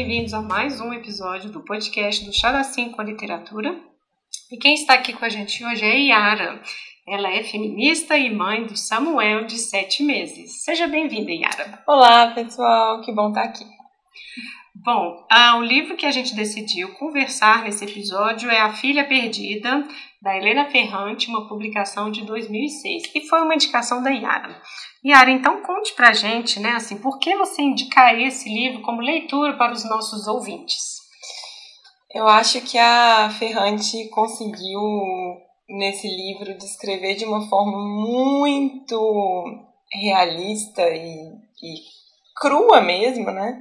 bem-vindos a mais um episódio do podcast do Chá das 5 com a Literatura. E quem está aqui com a gente hoje é a Yara. Ela é feminista e mãe do Samuel, de 7 meses. Seja bem-vinda, Yara. Olá, pessoal. Que bom estar aqui. Bom, o livro que a gente decidiu conversar nesse episódio é A Filha Perdida, da Helena Ferrante, uma publicação de 2006, e foi uma indicação da Yara. Yara, então conte pra gente, né, assim, por que você indicaria esse livro como leitura para os nossos ouvintes? Eu acho que a Ferrante conseguiu, nesse livro, descrever de uma forma muito realista e crua mesmo, né?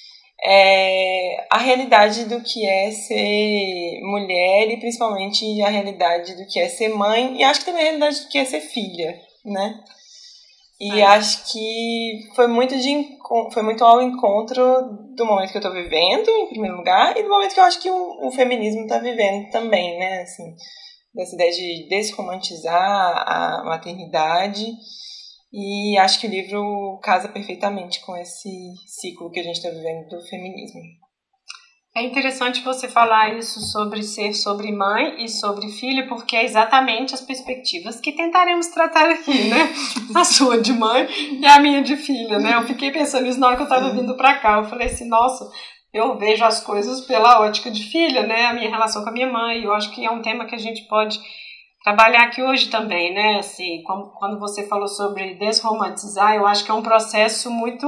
A realidade do que é ser mulher e principalmente a realidade do que é ser mãe e acho que também a realidade do que é ser filha, né? E acho que foi muito ao encontro do momento que eu tô vivendo, em primeiro lugar, e do momento que eu acho que o feminismo tá vivendo também, né? Assim, dessa ideia de desromantizar a maternidade. E acho que o livro casa perfeitamente com esse ciclo que a gente está vivendo do feminismo. É interessante você falar isso sobre mãe e sobre filha, porque é exatamente as perspectivas que tentaremos tratar aqui, né? A sua de mãe e a minha de filha, né? Eu fiquei pensando nisso na hora que eu estava vindo para cá. Eu falei assim, nossa, eu vejo as coisas pela ótica de filha, né? A minha relação com a minha mãe. Eu acho que é um tema que a gente pode trabalhar aqui hoje também, né? Assim, quando você falou sobre desromantizar, eu acho que é um processo muito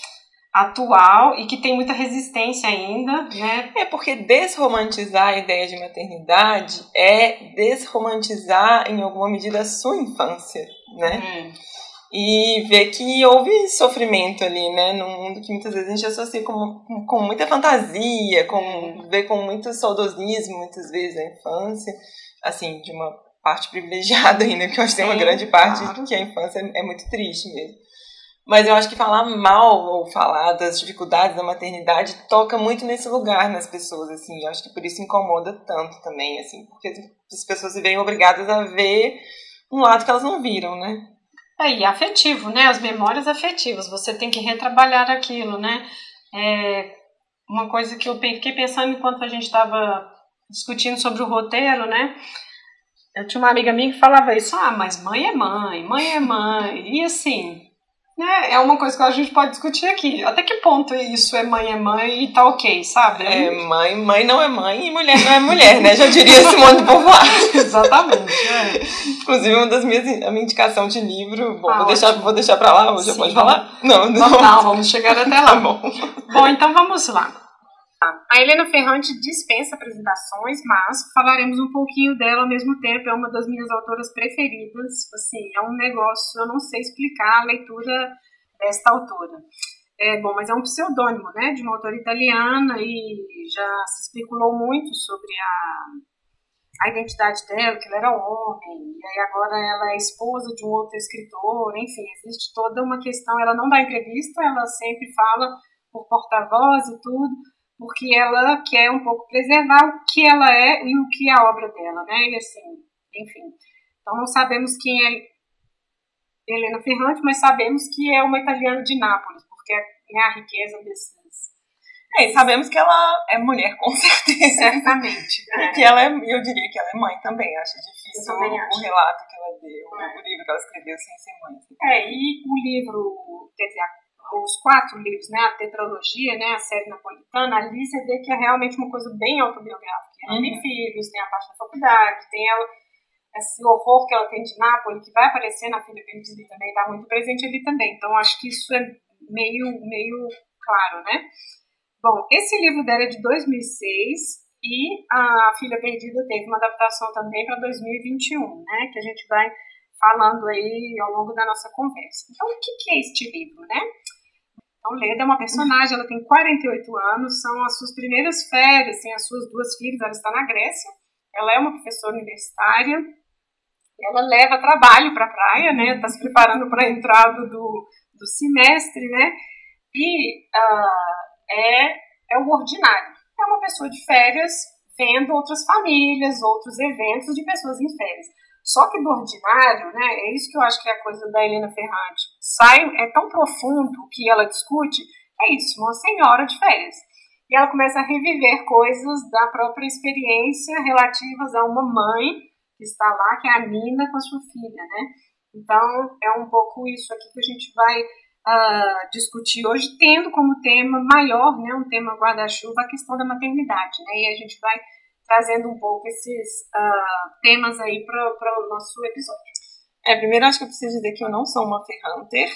atual e que tem muita resistência ainda, né? Porque desromantizar a ideia de maternidade é desromantizar, em alguma medida, a sua infância, né? E ver que houve sofrimento ali, né? Num mundo que muitas vezes a gente associa com muita fantasia, vê com muito saudosismo, muitas vezes, a infância, assim, de uma parte privilegiada ainda, porque eu acho que tem uma grande parte que a infância é muito triste mesmo. Mas eu acho que falar mal ou falar das dificuldades da maternidade toca muito nesse lugar nas pessoas, assim. Eu acho que por isso incomoda tanto também, assim, porque as pessoas se veem obrigadas a ver um lado que elas não viram, né? E afetivo, né? As memórias afetivas. Você tem que retrabalhar aquilo, né? Uma coisa que eu fiquei pensando enquanto a gente estava discutindo sobre o roteiro, né? Eu tinha uma amiga minha que falava isso, mas mãe é mãe, mãe é mãe. E assim, né, é uma coisa que a gente pode discutir aqui. Até que ponto isso é mãe e tá ok, sabe? Mãe não é mãe e mulher não é mulher, né? Já diria Simone de Beauvoir. Exatamente, Inclusive, a minha indicação de livro, bom, vou deixar pra lá, hoje já pode falar? Não, vamos chegar até lá. Tá bom. Bom, então vamos lá. A Helena Ferrante dispensa apresentações, mas falaremos um pouquinho dela ao mesmo tempo. É uma das minhas autoras preferidas. Assim, é um negócio, eu não sei explicar a leitura desta autora. Mas é um pseudônimo, né, de uma autora italiana e já se especulou muito sobre a identidade dela, que ela era homem, e aí agora ela é esposa de um outro escritor, enfim, existe toda uma questão. Ela não dá entrevista, ela sempre fala por porta-voz e tudo, porque ela quer um pouco preservar o que ela é e o que é a obra dela, né? E assim, enfim. Então não sabemos quem é Helena Ferrante, mas sabemos que é uma italiana de Nápoles, porque é a riqueza desses... E sabemos que ela é mulher, com certeza. Certamente. E que eu diria que ela é mãe também. Acho difícil o relato que ela deu, o livro que ela escreveu sem ser mãe. E o livro, quer dizer, os 4 livros, né, a tetralogia, né, a série napolitana, ali você vê que é realmente uma coisa bem autobiográfica. Ela tem filhos, tem a parte da faculdade, tem esse horror que ela tem de Nápoles, que vai aparecer na Filha Perdida também, está muito presente ali também. Então, acho que isso é meio claro, né? Bom, esse livro dela é de 2006 e a Filha Perdida teve uma adaptação também para 2021, né, que a gente vai falando aí ao longo da nossa conversa. Então, o que é este livro, né? Então, Leda é uma personagem, ela tem 48 anos, são as suas primeiras férias, tem as suas 2 filhas, ela está na Grécia, ela é uma professora universitária, ela leva trabalho para a praia, né, está se preparando para a entrada do semestre, né, e é o ordinário. É uma pessoa de férias vendo outras famílias, outros eventos de pessoas em férias. Só que do ordinário, né, é isso que eu acho que é a coisa da Helena Ferrante, é tão profundo o que ela discute, é isso, uma senhora de férias. e ela começa a reviver coisas da própria experiência relativas a uma mãe que está lá, que é a Nina, com a sua filha, né? Então, é um pouco isso aqui que a gente vai discutir hoje, tendo como tema maior, né, um tema guarda-chuva, a questão da maternidade, né? E a gente vai trazendo um pouco esses temas aí para o nosso episódio. Primeiro acho que eu preciso dizer que eu não sou uma Ferhunter.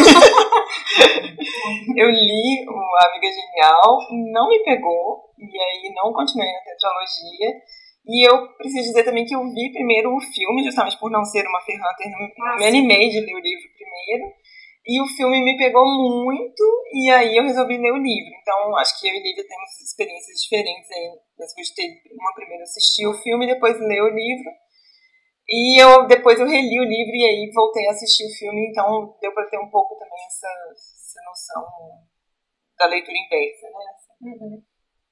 Eu li o Amiga Genial, não me pegou, e aí não continuei na tetralogia. E eu preciso dizer também que eu vi primeiro o filme, justamente por não ser uma Ferhunter, não me animei de ler o livro primeiro. E o filme me pegou muito, e aí eu resolvi ler o livro. Então, acho que eu e Lívia temos experiências diferentes aí. Depois de ter uma primeira assistir o filme, depois ler o livro. E depois eu reli o livro e aí voltei a assistir o filme, então deu para ter um pouco também essa noção da leitura inversa, né? Uhum.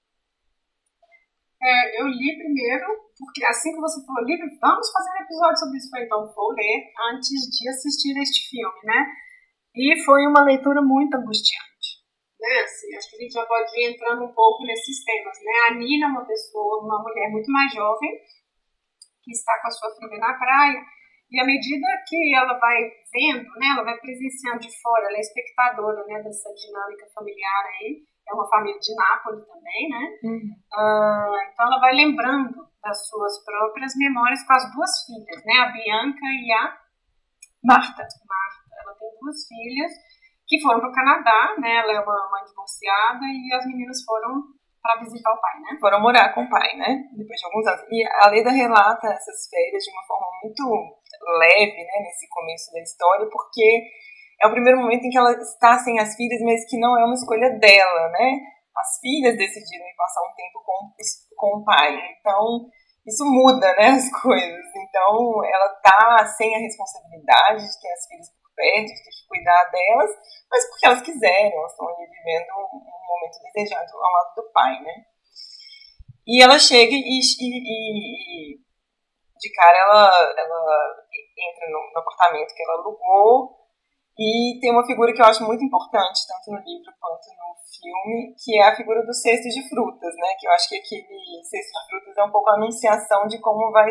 Eu li primeiro, porque assim que você falou, livro, vamos fazer um episódio sobre isso. Então, vou ler antes de assistir este filme, né? E foi uma leitura muito angustiante, né? Assim, acho que a gente já pode ir entrando um pouco nesses temas, né? A Nina é uma mulher muito mais jovem, que está com a sua filha na praia, e à medida que ela vai vendo, né, ela vai presenciando de fora, ela é espectadora, né, dessa dinâmica familiar aí, é uma família de Nápoles também, né? Então ela vai lembrando das suas próprias memórias com as duas filhas, né, a Bianca e a Marta. Ela tem duas filhas que foram para o Canadá, né, ela é uma mãe divorciada e as meninas foram para visitar o pai, né? Foram morar com o pai, né? Depois de alguns anos. E a Leda relata essas férias de uma forma muito leve, né? Nesse começo da história, porque é o primeiro momento em que ela está sem as filhas, mas que não é uma escolha dela, né? As filhas decidiram ir passar um tempo com o pai. Então, isso muda, né? As coisas. Então, ela tá sem a responsabilidade de ter as filhas por perto, de ter que cuidar delas, mas porque elas quiseram, elas estão ali vivendo um momento desejado ao lado do pai, né? E ela chega e de cara ela entra no apartamento que ela alugou e tem uma figura que eu acho muito importante, tanto no livro quanto no filme, que é a figura do cesto de frutas, né? Que eu acho que aquele cesto de frutas é um pouco a anunciação de como vai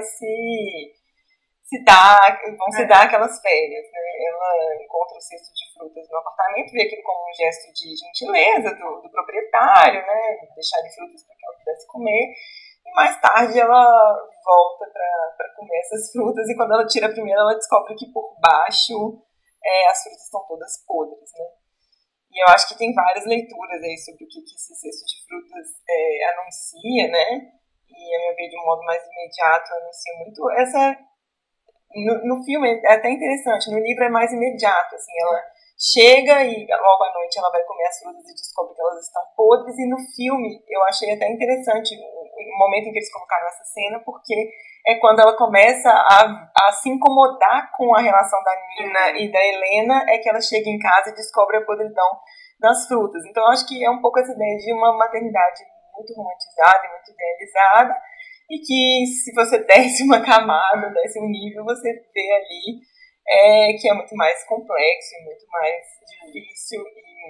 vão se dar aquelas férias, né? Ela encontra o cesto de frutas no apartamento, vê aquilo como um gesto de gentileza do proprietário, né? Deixar de frutas para que ela pudesse comer. E mais tarde ela volta para comer essas frutas e quando ela tira a primeira, ela descobre que por baixo as frutas estão todas podres, né? E eu acho que tem várias leituras aí sobre o que esse cesto de frutas anuncia, né? E, a meu ver, de um modo mais imediato, anuncia muito essa... No filme é até interessante, no livro é mais imediato, assim, ela chega e logo à noite ela vai comer as frutas e descobre que elas estão podres, e no filme eu achei até interessante o momento em que eles colocaram essa cena, porque é quando ela começa a se incomodar com a relação da Nina e da Helena, é que ela chega em casa e descobre a podridão das frutas. Então eu acho que é um pouco essa ideia de uma maternidade muito romantizada e muito idealizada, e que se você desce uma camada, desce um nível, você vê ali que é muito mais complexo e muito mais difícil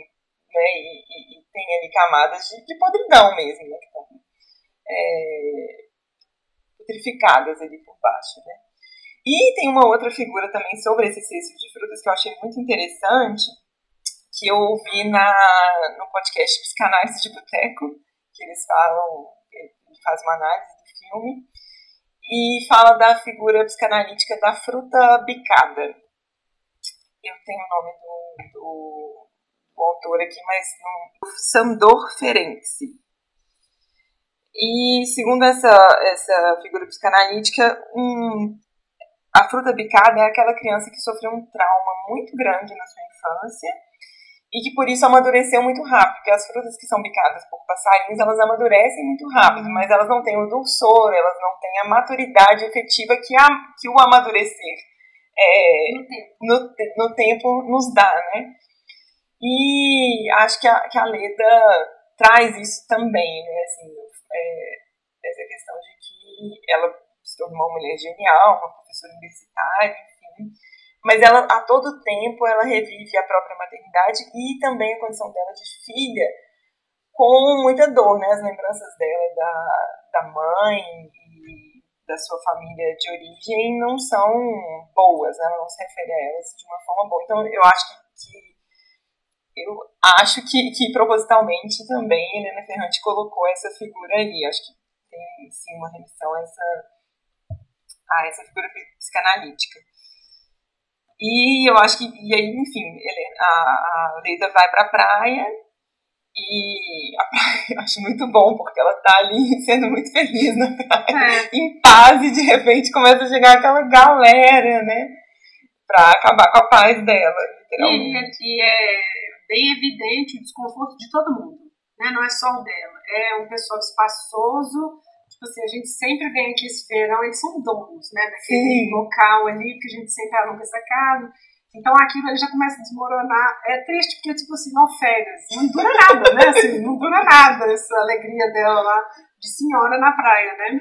e tem ali camadas de podridão mesmo, né, que estão putrificadas ali por baixo, né. E tem uma outra figura também sobre esse cesto de frutas que eu achei muito interessante, que eu ouvi no podcast Psicanálise de Boteco, que eles falam, ele faz uma análise do filme, e fala da figura psicanalítica da fruta bicada. Eu tenho o nome do autor aqui, mas não... Sandor Ferenczi. E segundo essa figura psicanalítica, a fruta bicada é aquela criança que sofreu um trauma muito grande na sua infância e que por isso amadureceu muito rápido, porque as frutas que são bicadas por passarinhos, elas amadurecem muito rápido, mas elas não têm o dulçor, elas não têm a maturidade efetiva que o amadurecer no tempo nos dá, né? E acho que a Leda traz isso também, né? Assim, essa questão de que ela se tornou uma mulher genial, uma professora universitária, enfim, mas ela, a todo tempo, ela revive a própria maternidade e também a condição dela de filha com muita dor, né? As lembranças dela da mãe e da sua família de origem não são boas, né? Ela não se refere a elas de uma forma boa. Então, eu acho que propositalmente também Helena Ferrante colocou essa figura ali. Acho que tem, sim, uma remissão a essa figura psicanalítica. E eu acho que, e aí, enfim, a Leda vai pra praia, e a praia eu acho muito bom, porque ela tá ali sendo muito feliz na praia, em paz, e de repente começa a chegar aquela galera, né, pra acabar com a paz dela, literalmente. E é bem evidente o desconforto de todo mundo, né, não é só o dela, é um pessoal espaçoso. Tipo assim, a gente sempre vem aqui esse verão, eles são donos, né, daquele local ali, que a gente sempre aluga essa casa. Então aquilo já começa a desmoronar. É triste porque, tipo assim, não férias. Não dura nada, né? Assim, não dura nada essa alegria dela lá de senhora na praia, né?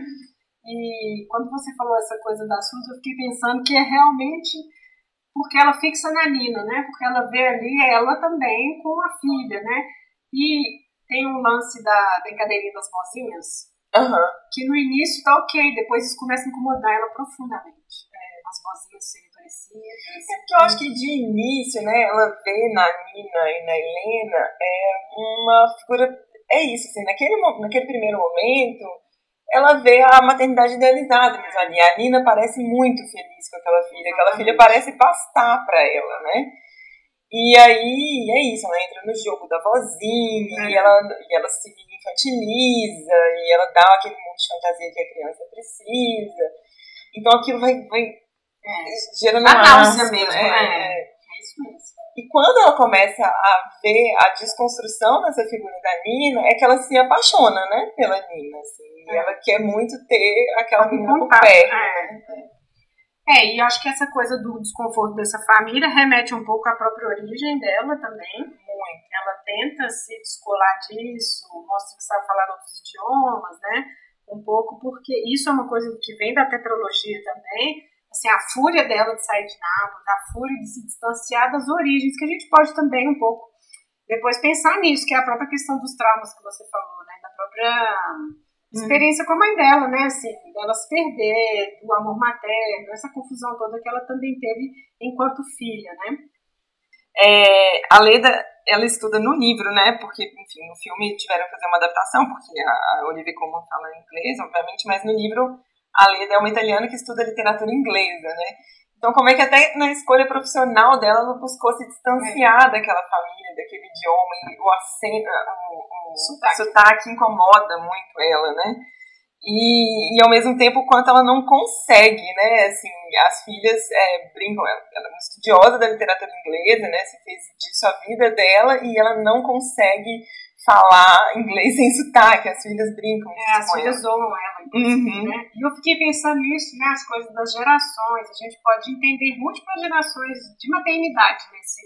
E quando você falou essa coisa das frutas, eu fiquei pensando que é realmente porque ela fixa na Nina, né? Porque ela vê ali ela também com a filha, né? E tem um lance da brincadeirinha das vozinhas, que no início tá ok, depois isso começa a incomodar ela profundamente. As vozinhas serem parecidas. É porque eu acho que de início, né, ela vê na Nina e na Helena uma figura. É isso, assim, naquele primeiro momento, ela vê a maternidade idealizada mesmo ali. A Nina parece muito feliz com aquela filha parece bastar pra ela, né? E aí, é isso, ela entra no jogo da vozinha, e ela se infantiliza, e ela dá aquele mundo de fantasia que a criança precisa. Então aquilo vai gerando uma náusea mesmo. É isso mesmo. E quando ela começa a ver a desconstrução dessa figura da Nina, é que ela se apaixona, né, pela Nina, assim, e ela quer muito ter aquela menina por perto, né? E acho que essa coisa do desconforto dessa família remete um pouco à própria origem dela também. Muito. Ela tenta se descolar disso, mostra que sabe falar outros idiomas, né? Um pouco porque isso é uma coisa que vem da tetralogia também. Assim, a fúria dela de sair de Nápoles, a fúria de se distanciar das origens, que a gente pode também um pouco depois pensar nisso, que é a própria questão dos traumas que você falou, né? Da própria experiência com a mãe dela, né, assim, dela se perder, do amor materno, essa confusão toda que ela também teve enquanto filha, né. A Leda, ela estuda no livro, né, porque, enfim, no filme tiveram que fazer uma adaptação, porque a Olivia Colman fala inglês, obviamente, mas no livro a Leda é uma italiana que estuda literatura inglesa, né. Então, como é que até na escolha profissional dela ela buscou se distanciar daquela família, daquele idioma, e o sotaque incomoda muito ela, né? E ao mesmo tempo, quanto ela não consegue, né? Assim, as filhas brincam, ela é uma estudiosa da literatura inglesa, né? Se fez disso a vida dela e ela não consegue falar inglês sem sotaque, as filhas brincam. As filhas zoam ela, né? E eu fiquei pensando nisso, né? As coisas das gerações, a gente pode entender múltiplas gerações de maternidade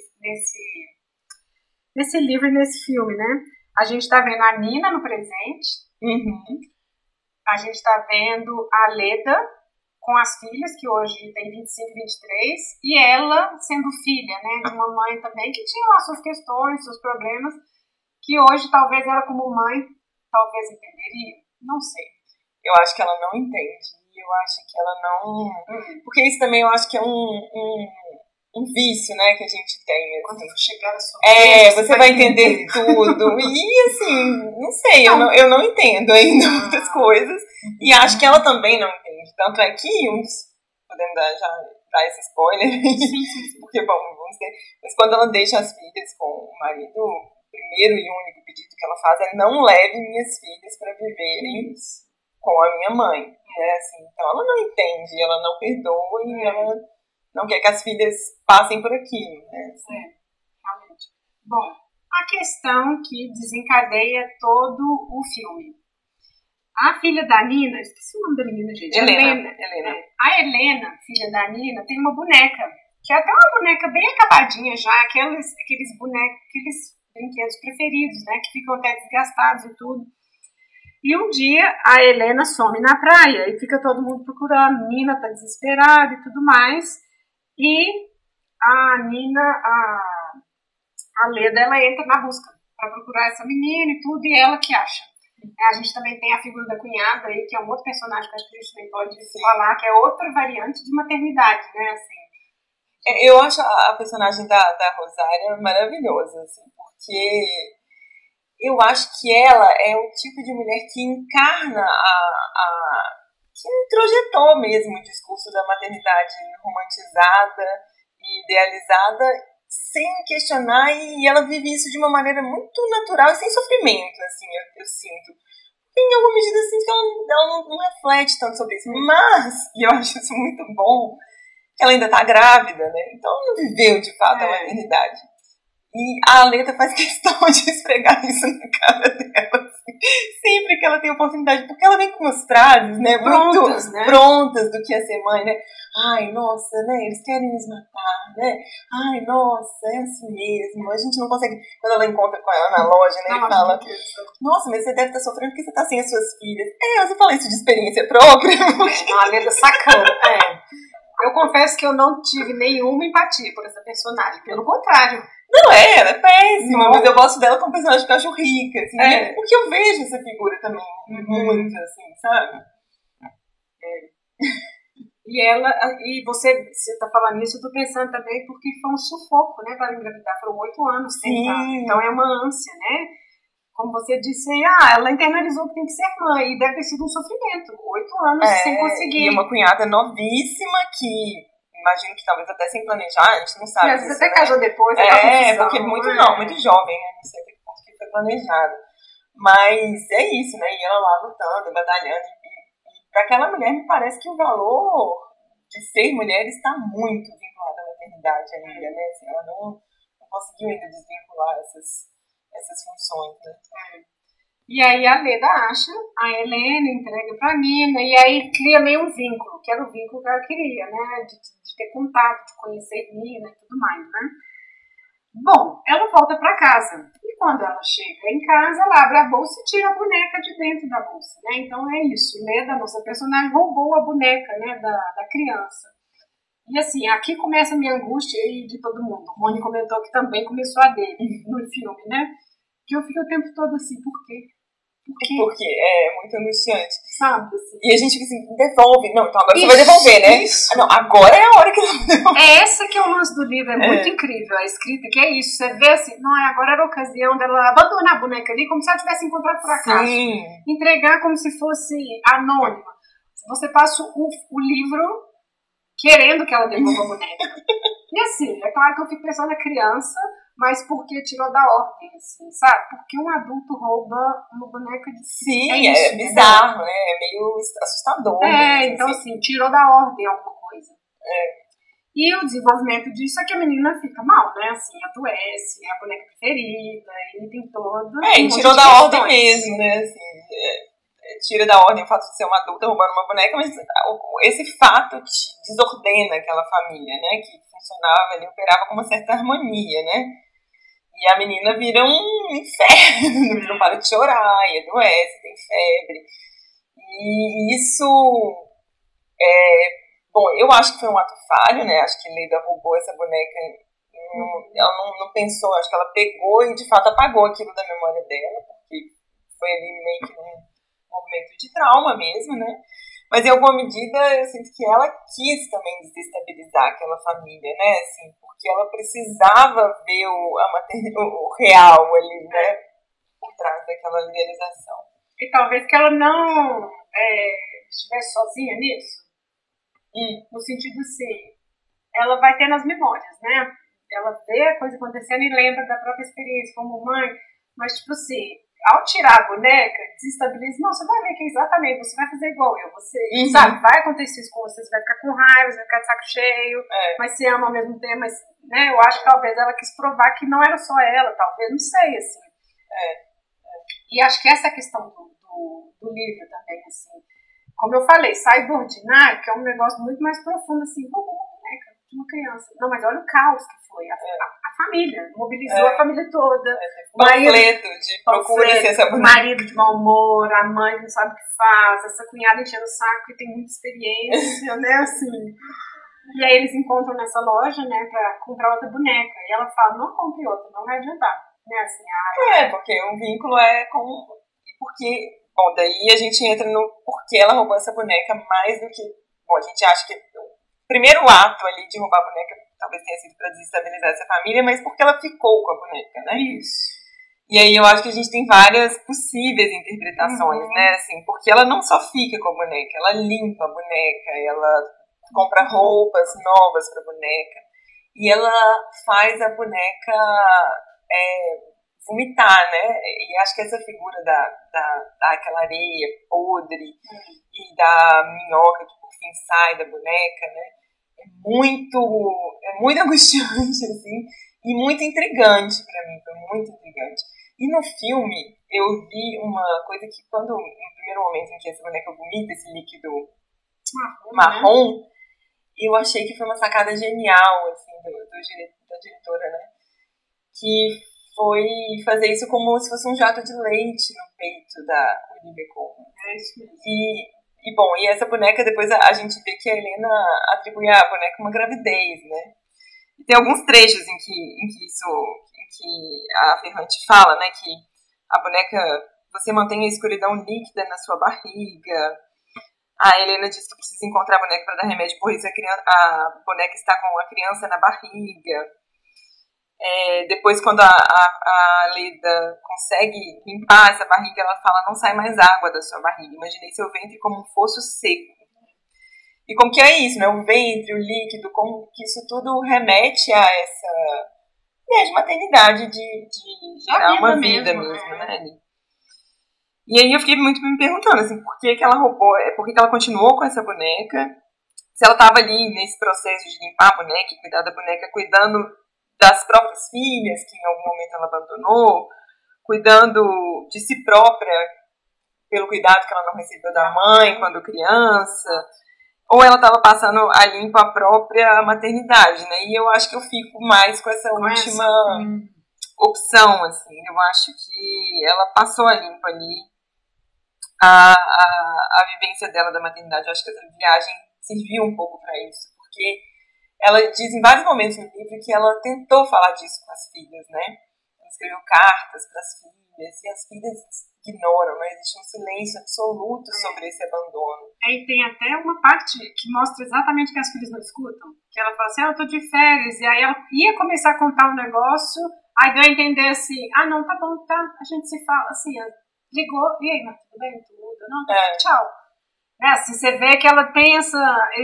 nesse livro e nesse filme, né? A gente tá vendo a Nina no presente, a gente está vendo a Leda com as filhas, que hoje tem 25 e 23, e ela sendo filha, né, de uma mãe também que tinha lá suas questões, seus problemas, que hoje talvez ela como mãe talvez entenderia, não sei. Eu acho que ela não entende, eu acho que ela não... Porque isso também eu acho que é um vício, né, que a gente tem. Quando eu chegar a sua vez, você vai entender tudo. E assim, não sei, eu não entendo ainda muitas coisas. E acho que ela também não entende. Tanto é que podemos dar esse spoiler. Porque, bom, vamos ver. Mas quando ela deixa as filhas com o marido, o primeiro e único pedido que ela faz é: não leve minhas filhas para viverem com a minha mãe. Né? Assim, então ela não entende, ela não perdoa e ela não quer que as filhas passem por aquilo, né? Realmente. Bom, a questão que desencadeia todo o filme. A filha da Nina, esqueci o nome da menina, gente. Helena. A Helena, filha da Nina, tem uma boneca, que é até uma boneca bem acabadinha já, aqueles brinquedos preferidos, né, que ficam até desgastados e tudo. E um dia a Helena some na praia e fica todo mundo procurando. Nina tá desesperada e tudo mais. E a Nina, a Leda, ela entra na busca procurar essa menina e tudo, e ela que acha. A gente também tem a figura da cunhada aí, que é um outro personagem que acho que a gente também pode falar, que é outra variante de maternidade, né, assim. Eu acho a personagem da Rosária maravilhosa, assim, porque eu acho que ela é o tipo de mulher que encarna que introjetou mesmo o discurso da maternidade romantizada e idealizada sem questionar, e ela vive isso de uma maneira muito natural e sem sofrimento, assim, eu sinto. Em alguma medida, eu sinto que ela não reflete tanto sobre isso, mas, e eu acho isso muito bom, que ela ainda tá grávida, né? Então ela não viveu de fato a maternidade. E a Aleta faz questão de esfregar isso na cara dela, assim, sempre que ela tem oportunidade, porque ela vem com umas frases, né, prontas, muito prontas do que ia ser mãe, né? Ai, nossa, né, eles querem nos matar, né? Ai, nossa, é assim mesmo, a gente não consegue... Quando ela encontra com ela na loja, né, e fala, nossa, mas você deve estar sofrendo porque você tá sem as suas filhas. Você fala isso de experiência própria. Porque... A Aleta sacana, Eu confesso que eu não tive nenhuma empatia por essa personagem, pelo contrário. Não, ela é péssima, mas eu gosto dela como personagem que eu acho rica, assim, porque eu vejo essa figura também muito, assim, sabe? E você tá falando isso, eu tô pensando também porque foi um sufoco, né, para engravidar, foram 8 anos tentar. Então é uma ânsia, né? Como você disse, ela internalizou que tem que ser mãe, e deve ter sido um sofrimento, 8 anos sem conseguir. E uma cunhada novíssima que... Imagino que talvez até sem planejar, a gente não sabe. E às vezes até casou depois. Porque muito jovem, né? Não sei até que ponto que foi planejado. Mas é isso, né? E ela lá lutando, batalhando. E para aquela mulher, me parece que o valor de ser mulher está muito vinculado à maternidade ainda, né? Assim, ela não conseguiu ainda desvincular essas funções, né? E aí a Leda acha, a Helena entrega pra Nina, e aí cria meio um vínculo, que era o vínculo que ela queria, né? De ter contato, de conhecer Nina e tudo mais, né? Bom, ela volta pra casa. E quando ela chega em casa, ela abre a bolsa e tira a boneca de dentro da bolsa, né? Então é isso, Leda, nossa personagem, roubou a boneca, né, da criança. E assim, aqui começa a minha angústia e de todo mundo. O Rony comentou que também começou a dele no filme, né? Que eu fico o tempo todo assim, por quê? Porque é muito angustiante. Sabe? Assim. E a gente fica assim, devolve. Não, então agora você vai devolver, né? Não, agora é a hora que ela vai devolver. Essa que é o lance do livro, é muito incrível. A escrita, que é isso. Você vê assim, não, agora era a ocasião dela abandonar a boneca ali, como se ela tivesse encontrado por acaso. Sim. Entregar como se fosse anônima. Você passa o livro querendo que ela devolva a boneca. E assim, é claro que eu fico pensando na criança, mas porque tirou da ordem, assim, sabe? Porque um adulto rouba uma boneca de... Sim, é bizarro, né? É meio assustador. Mesmo, então assim, tirou da ordem alguma coisa. E o desenvolvimento disso é que a menina fica mal, né? Assim, adoece, é a boneca preferida, e tem todo... E tirou da ordem mesmo, né? Assim, tira da ordem o fato de ser uma adulta roubando uma boneca, mas esse fato desordena aquela família, né? Que funcionava ali, operava com uma certa harmonia, né? E a menina vira um inferno, não para de chorar, e adoece, tem febre. E isso bom, eu acho que foi um ato falho, né? Acho que Leda roubou essa boneca, ela não pensou, acho que ela pegou e de fato apagou aquilo da memória dela, porque foi ali meio que um movimento de trauma mesmo, né? Mas em alguma medida eu sinto que ela quis também desestabilizar aquela família, né? Assim, porque ela precisava ver o real ali, né? Por trás daquela idealização. E talvez que ela não estivesse sozinha nisso. No sentido assim, ela vai ter nas memórias, né? Ela vê a coisa acontecendo e lembra da própria experiência como mãe, mas tipo assim, ao tirar a boneca, desestabiliza, não, você vai ver que exatamente, você vai fazer igual eu, você, sabe, vai acontecer isso com você, você vai ficar com raiva, você vai ficar de saco cheio, mas se ama ao mesmo tempo, mas, né, eu acho que talvez ela quis provar que não era só ela, talvez, não sei, assim. E acho que essa é a questão do livro também, assim, como eu falei, sai do ordinário, que é um negócio muito mais profundo, assim, roubou uma boneca de uma criança. Não, mas olha o caos que foi. A família, mobilizou a família toda. O panfleto de procura essa boneca. O marido de mau humor, a mãe que não sabe o que faz, essa cunhada enchendo o saco que tem muita experiência, né, assim. E aí eles encontram nessa loja, né, pra comprar outra boneca. E ela fala, não compre outra, não vai adiantar. né? Assim, porque o vínculo é com... Porque, bom, daí a gente entra no porquê ela roubou essa boneca mais do que... Bom, a gente acha que o primeiro ato ali de roubar a boneca talvez tenha sido para desestabilizar essa família, mas porque ela ficou com a boneca, né? Isso. E aí eu acho que a gente tem várias possíveis interpretações, né? Assim, porque ela não só fica com a boneca, ela limpa a boneca, ela compra roupas novas para a boneca e ela faz a boneca vomitar, né? E acho que essa figura daquela areia podre e da minhoca que por fim sai da boneca, né? É muito angustiante, assim, e muito intrigante pra mim, foi muito intrigante. E no filme, eu vi uma coisa que quando, no primeiro momento em que essa boneca vomita esse líquido marrom, eu achei que foi uma sacada genial, assim, da diretora, né? Que foi fazer isso como se fosse um jato de leite no peito da Olivia Colman. É isso mesmo. E bom, e essa boneca, depois a gente vê que a Helena atribui à boneca uma gravidez, né? E tem alguns trechos em que a Ferrante fala, né, que a boneca, você mantém a escuridão líquida na sua barriga. A Helena diz que precisa encontrar a boneca para dar remédio, por isso a boneca está com a criança na barriga. Depois, quando a Leda consegue limpar essa barriga, ela fala, não sai mais água da sua barriga. Imaginei seu ventre como um fosso seco. E como que é isso, né? O ventre, o líquido, como que isso tudo remete a essa ideia de maternidade, de gerar uma vida mesmo, né? E aí eu fiquei muito me perguntando, assim, por que ela roubou, por que ela continuou com essa boneca, se ela estava ali nesse processo de limpar a boneca e cuidar da boneca, cuidando das próprias filhas, que em algum momento ela abandonou, cuidando de si própria, pelo cuidado que ela não recebeu da mãe quando criança, ou ela estava passando a limpo a própria maternidade, né? E eu acho que eu fico mais com essa última opção, assim. Eu acho que ela passou a limpo ali a vivência dela da maternidade. Eu acho que essa viagem serviu um pouco para isso, porque ela diz em vários momentos no livro que ela tentou falar disso com as filhas, né? Ela escreveu cartas para as filhas e as filhas ignoram, né? Existe um silêncio absoluto sobre esse abandono. E tem até uma parte que mostra exatamente que as filhas não escutam. Que ela fala assim, eu tô de férias. E aí ela ia começar a contar um negócio, aí deu a entender assim, não, tá bom, tá, a gente se fala, assim, ligou, e aí, tudo bem? Tudo? Não, tchau. Assim, você vê que ela tem essa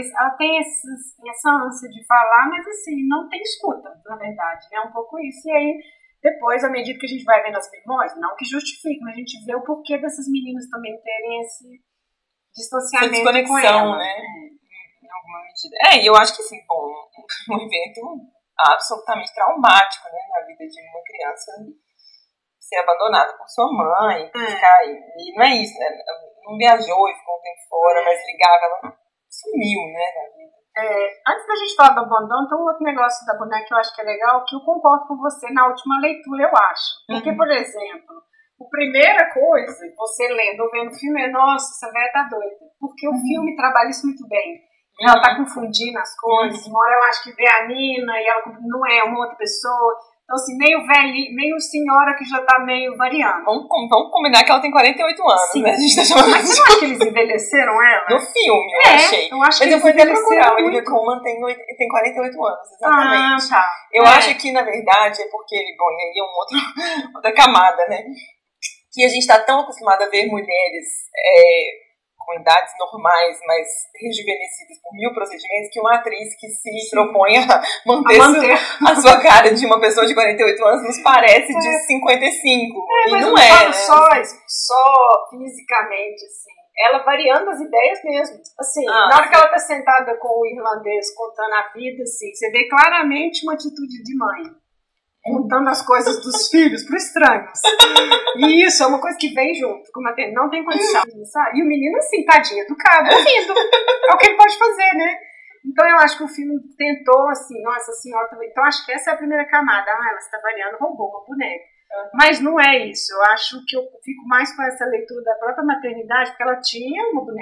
ânsia de falar, mas assim, não tem escuta, na verdade, é um pouco isso. E aí, depois, à medida que a gente vai vendo as memórias, não que justifique, mas a gente vê o porquê dessas meninas também terem esse distanciamento, essa desconexão, né? Em alguma medida. E eu acho que sim, bom, um evento absolutamente traumático, né, na vida de uma criança, ser abandonada por sua mãe, ficar, e não é isso, né? Não viajou e ficou um tempo fora, mas ligava, ela sumiu, né, na vida. Antes da gente falar do abandono, tem um outro negócio da boneca que eu acho que é legal, que eu concordo com você na última leitura, eu acho. Porque, por exemplo, a primeira coisa, você lendo ou vendo o filme é, nossa, essa velha tá doida. Porque o filme trabalha isso muito bem. Ela tá confundindo as coisas, uma hora ela acha que vê a Nina e ela não é uma outra pessoa. Então, assim, meio velha, meio senhora que já tá meio variando. Vamos combinar que ela tem 48 anos, sim, né? A gente tá chamando. Mas você não acha que eles envelheceram ela? No filme, eu achei. Eu acho mas que eu fui até procurar. O Olivia Colman tem 48 anos, exatamente. Tá. Eu acho que, na verdade, é porque, bom, e aí é outra camada, né? Que a gente tá tão acostumado a ver mulheres com idades normais, mas rejuvenescidas por 1000 procedimentos, que uma atriz que se propõe a manter a sua cara de uma pessoa de 48 anos nos parece de 55. E mas não eu é, falo né? só fisicamente, assim. Ela variando as ideias mesmo. Assim, na hora que ela tá sentada com o irlandês contando a vida, assim, você vê claramente uma atitude de mãe. Contando as coisas dos filhos para estranhos. E isso é uma coisa que vem junto. Não tem condição, sabe? E o menino, assim, tadinho, educado, ouvindo. É o que ele pode fazer, né? Então eu acho que o filme tentou, assim, nossa senhora também. Então acho que essa é a primeira camada. Ela está variando, roubou uma boneca. Mas não é isso. Eu acho que eu fico mais com essa leitura da própria maternidade, porque ela tinha uma boneca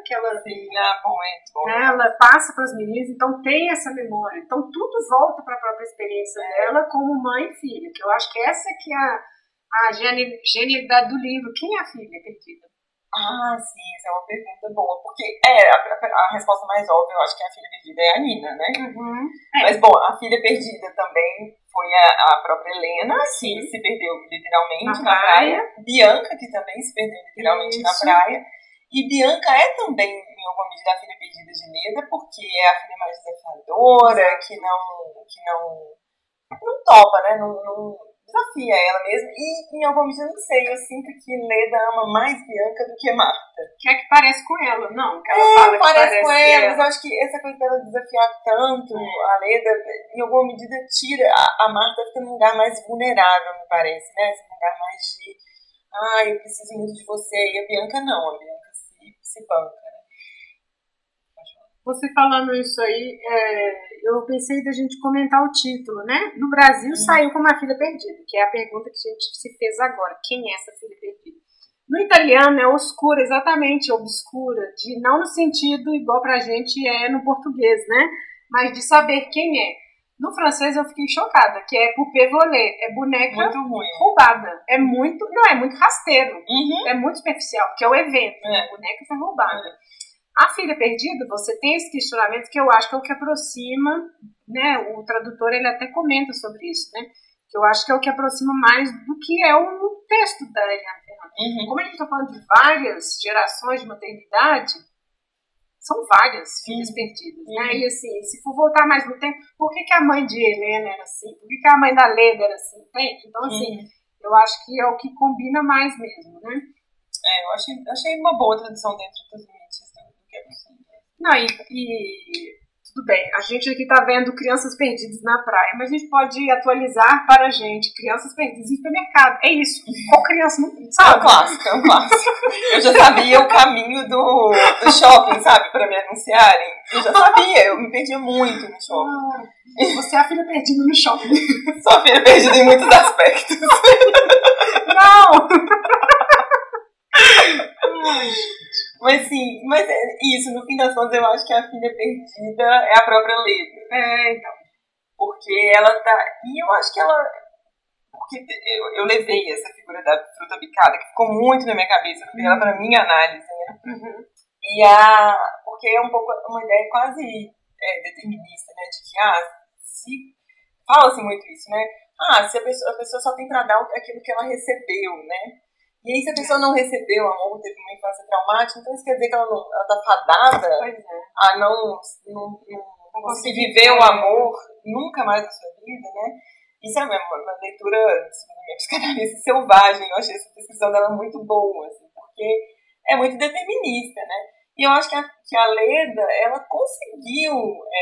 Que ela, sim, bom, né, ela passa para as meninas, então tem essa memória. Então tudo volta para a própria experiência dela como mãe e filha, que eu acho que essa que é a genialidade do livro. Quem é a filha perdida? Sim, essa é uma pergunta boa, porque a resposta mais óbvia, eu acho que a filha perdida é a Nina, né? Uhum. Mas, bom, a filha perdida também foi a própria Helena, Sim. que se perdeu literalmente Na na praia. praia. Bianca, que também se perdeu literalmente na praia. E Bianca é também, em alguma medida, a filha perdida de Leda, porque é a filha mais desafiadora, que não topa, né? Não desafia ela mesma. E, em alguma medida, não sei, eu sinto que Leda ama mais Bianca do que Marta. Que é que parece com ela, não? Que ela fala que parece com ela, mas eu acho que essa coisa dela desafiar tanto a Leda, em alguma medida, tira a Marta, fica num lugar mais vulnerável, me parece, né? Esse lugar mais de eu preciso muito de você. E a Bianca não, a Bianca se banca, né? Você falando isso aí, eu pensei da gente comentar o título, né? No Brasil saiu como A Filha Perdida, que é a pergunta que a gente se fez agora. Quem é essa filha perdida? No italiano é oscura, exatamente, obscura, de não no sentido igual pra gente é no português, né? Mas de saber quem é. No francês eu fiquei chocada, que é poupée volée, é boneca roubada. É muito rasteiro, é muito superficial, porque é o evento, né? A boneca foi roubada. A Filha Perdida, você tem esse questionamento que eu acho que é o que aproxima, né? O tradutor ele até comenta sobre isso, né? Que eu acho que é o que aproxima mais do que é o texto da Eliana Ferrante. Como a gente está falando de várias gerações de maternidade, são várias filhas perdidas, né? E assim, se for voltar mais no tempo, por que a mãe de Helena era assim? Por que a mãe da Leda era assim? Entende? Então, assim, eu acho que é o que combina mais mesmo, né? Eu achei uma boa tradução dentro dos limites do que é possível. Não, tudo bem, a gente aqui tá vendo Crianças Perdidas na Praia, mas a gente pode atualizar para a gente Crianças Perdidas no Supermercado. É isso. Qual criança não sabe? É um clássico. Eu já sabia o caminho do shopping, sabe? Para me anunciarem. Eu já sabia, eu me perdia muito no shopping. Você é a filha perdida no shopping. Sou a filha perdida em muitos aspectos. Não! Mas sim, isso, no fim das contas, eu acho que a filha perdida é a própria Leda. Então. Porque ela tá. E eu acho que ela. Porque eu levei essa figura da fruta picada, que ficou muito na minha cabeça, eu levei ela pra minha análise, né? Porque é um pouco uma ideia quase determinista, né? De que, fala-se muito isso, né? Se a pessoa só tem pra dar aquilo que ela recebeu, né? E aí, se a pessoa não recebeu amor, teve uma infância traumática, então isso quer dizer que ela tá fadada a não conseguir viver o amor nunca mais na sua vida, né? Isso é uma leitura, segundo minha psicanalista, selvagem. Eu achei essa descrição dela muito boa, assim, porque é muito determinista, né? E eu acho que a Leda, ela conseguiu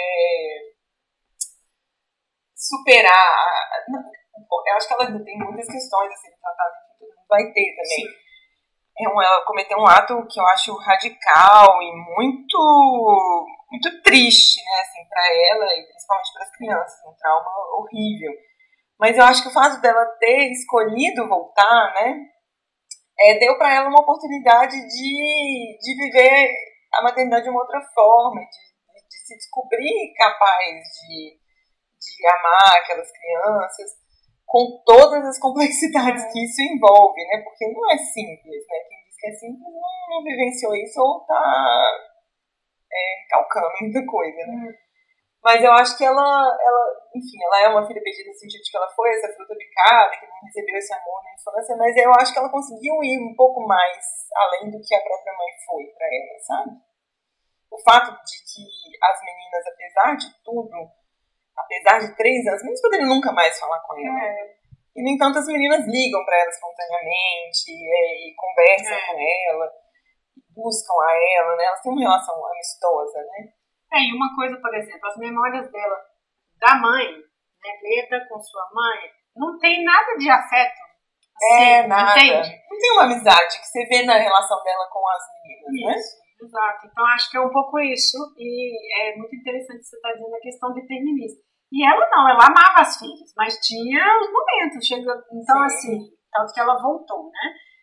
superar. Eu acho que ela ainda tem muitas questões a serem tratadas, que todo mundo vai ter também. Ela cometeu um ato que eu acho radical e muito, muito triste, né, assim, para ela e principalmente para as crianças, um trauma horrível. Mas eu acho que o fato dela ter escolhido voltar, né, deu para ela uma oportunidade de viver a maternidade de uma outra forma, de se descobrir capaz de amar aquelas crianças, com todas as complexidades que isso envolve, né? Porque não é simples, né? Quem diz que é simples não vivenciou isso ou tá calcando muita coisa, né? Mas eu acho que ela é uma filha perdida no sentido de que ela foi essa fruta picada, que não recebeu esse amor na infância, mas eu acho que ela conseguiu ir um pouco mais além do que a própria mãe foi pra ela, sabe? O fato de que as meninas, apesar de tudo, apesar de 3 anos, as meninas poderiam nunca mais falar com ela. E, no entanto, as meninas ligam para ela espontaneamente e conversam com ela, buscam a ela, né? Elas têm uma relação amistosa, né? E uma coisa, por exemplo, as memórias dela, da mãe, né, Leda com sua mãe, não tem nada de afeto. Assim, nada. Entende? Não tem uma amizade que você vê na relação dela com as meninas, isso, né? Exato. Então, acho que é um pouco isso. E é muito interessante você estar dizendo a questão determinista. E ela não, ela amava as filhas, mas tinha os momentos. Então, assim, tanto que ela voltou, né?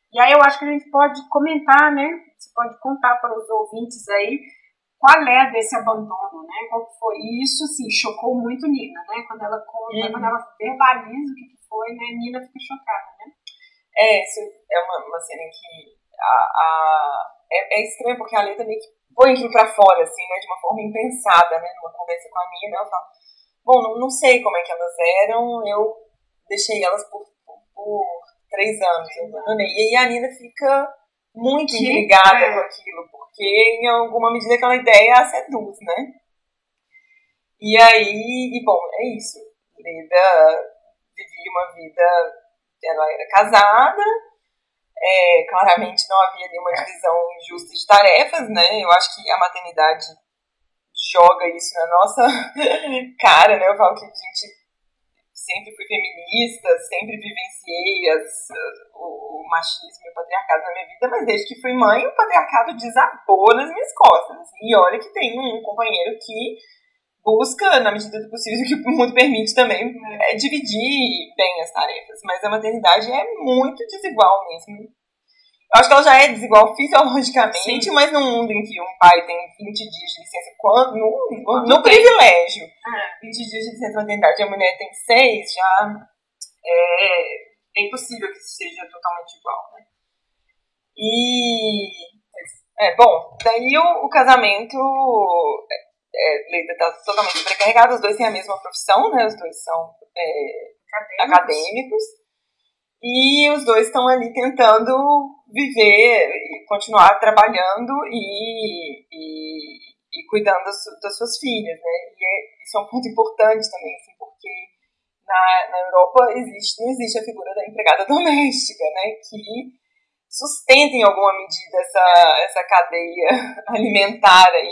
E aí eu acho que a gente pode comentar, né? Você pode contar para os ouvintes aí qual é desse abandono, né? Qual foi? E isso, assim, chocou muito Nina, né? Quando ela conta, quando ela verbaliza o que foi, né? Nina fica chocada, né? Isso é uma cena em que é estranho, porque a Leda meio que põe aquilo pra fora, assim, né? De uma forma impensada, né? Numa conversa com a Nina, ela fala, bom, não sei como é que elas eram, eu deixei elas por 3 anos, eu abandonei. E aí a Nina fica muito intrigada com aquilo, porque em alguma medida aquela ideia a seduz, né? E aí, bom, é isso. Leda vivia uma vida, ela era casada, claramente não havia nenhuma divisão justa de tarefas, né? Eu acho que a maternidade joga isso na nossa cara, né? Eu falo que a gente sempre fui feminista, sempre vivenciei o machismo e o patriarcado na minha vida, mas desde que fui mãe, o patriarcado desabou nas minhas costas. Assim, e olha que tem um companheiro que busca, na medida do possível, que o mundo permite também, dividir bem as tarefas. Mas a maternidade é muito desigual mesmo. Eu acho que ela já é desigual fisiologicamente, sim, mas num mundo em que um pai tem 20 dias de licença, no privilégio, 20 dias de licença maternidade e a mulher tem 6, já é impossível que isso seja totalmente igual, né? Bom, daí o casamento, Leda está totalmente sobrecarregada, os dois têm a mesma profissão, né? Os dois são acadêmicos. E os dois estão ali tentando viver e continuar trabalhando e cuidando das suas filhas, né? E isso é um ponto importante também, assim, porque na Europa não existe a figura da empregada doméstica, né? Que sustenta em alguma medida essa cadeia alimentar aí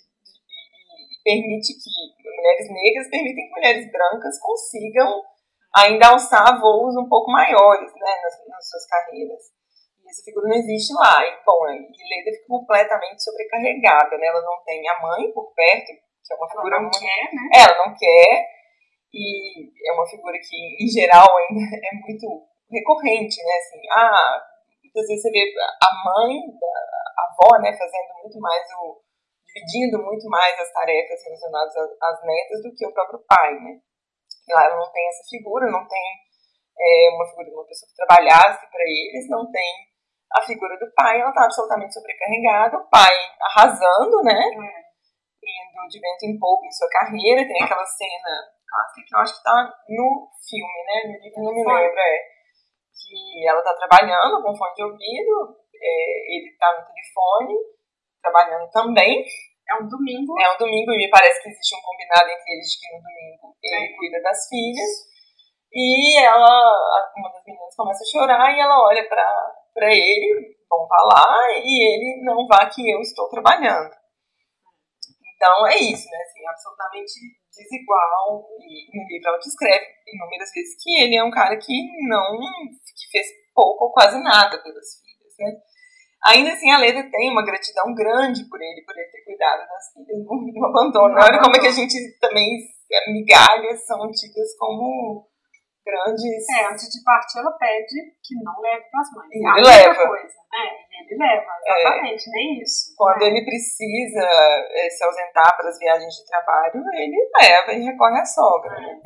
e permite que mulheres negras permitem que mulheres brancas consigam ainda alçar voos um pouco maiores, né, nas suas carreiras. E essa figura não existe lá. E, bom, Leda fica completamente sobrecarregada, né? Ela não tem a mãe por perto, que é uma figura muito... quer, né? Ela não quer, e é uma figura que, em geral, ainda é muito recorrente, né? Assim, muitas vezes você vê a mãe, a avó, né, fazendo muito mais dividindo muito mais as tarefas relacionadas às netas do que o próprio pai, né? Ela não tem essa figura, não tem uma figura de uma pessoa que trabalhasse para eles, não tem a figura do pai, ela está absolutamente sobrecarregada, o pai arrasando, né? Indo de vento em polpa em sua carreira, tem aquela cena clássica que eu acho que está no filme, né? No livro não me lembro, que ela está trabalhando com fone de ouvido, ele está no telefone, trabalhando também. É um domingo. E me parece que existe um combinado entre eles de que no domingo ele cuida das filhas. E uma das meninas começa a chorar e ela olha pra ele, vão vá lá, e ele não vá que eu estou trabalhando. Então é isso, né? Assim, absolutamente desigual. E no livro ela descreve inúmeras vezes que ele é um cara que fez pouco ou quase nada pelas filhas, né? Ainda assim, a Leda tem uma gratidão grande por ele ter cuidado das filhas no abandono. Olha como é que a gente também, migalhas são tidas como grandes... Antes de partir, ela pede que não leve para as mães. Ele leva. Coisa, né? Ele leva, exatamente, nem isso. Quando ele precisa se ausentar para as viagens de trabalho, ele leva e recorre à sogra, né?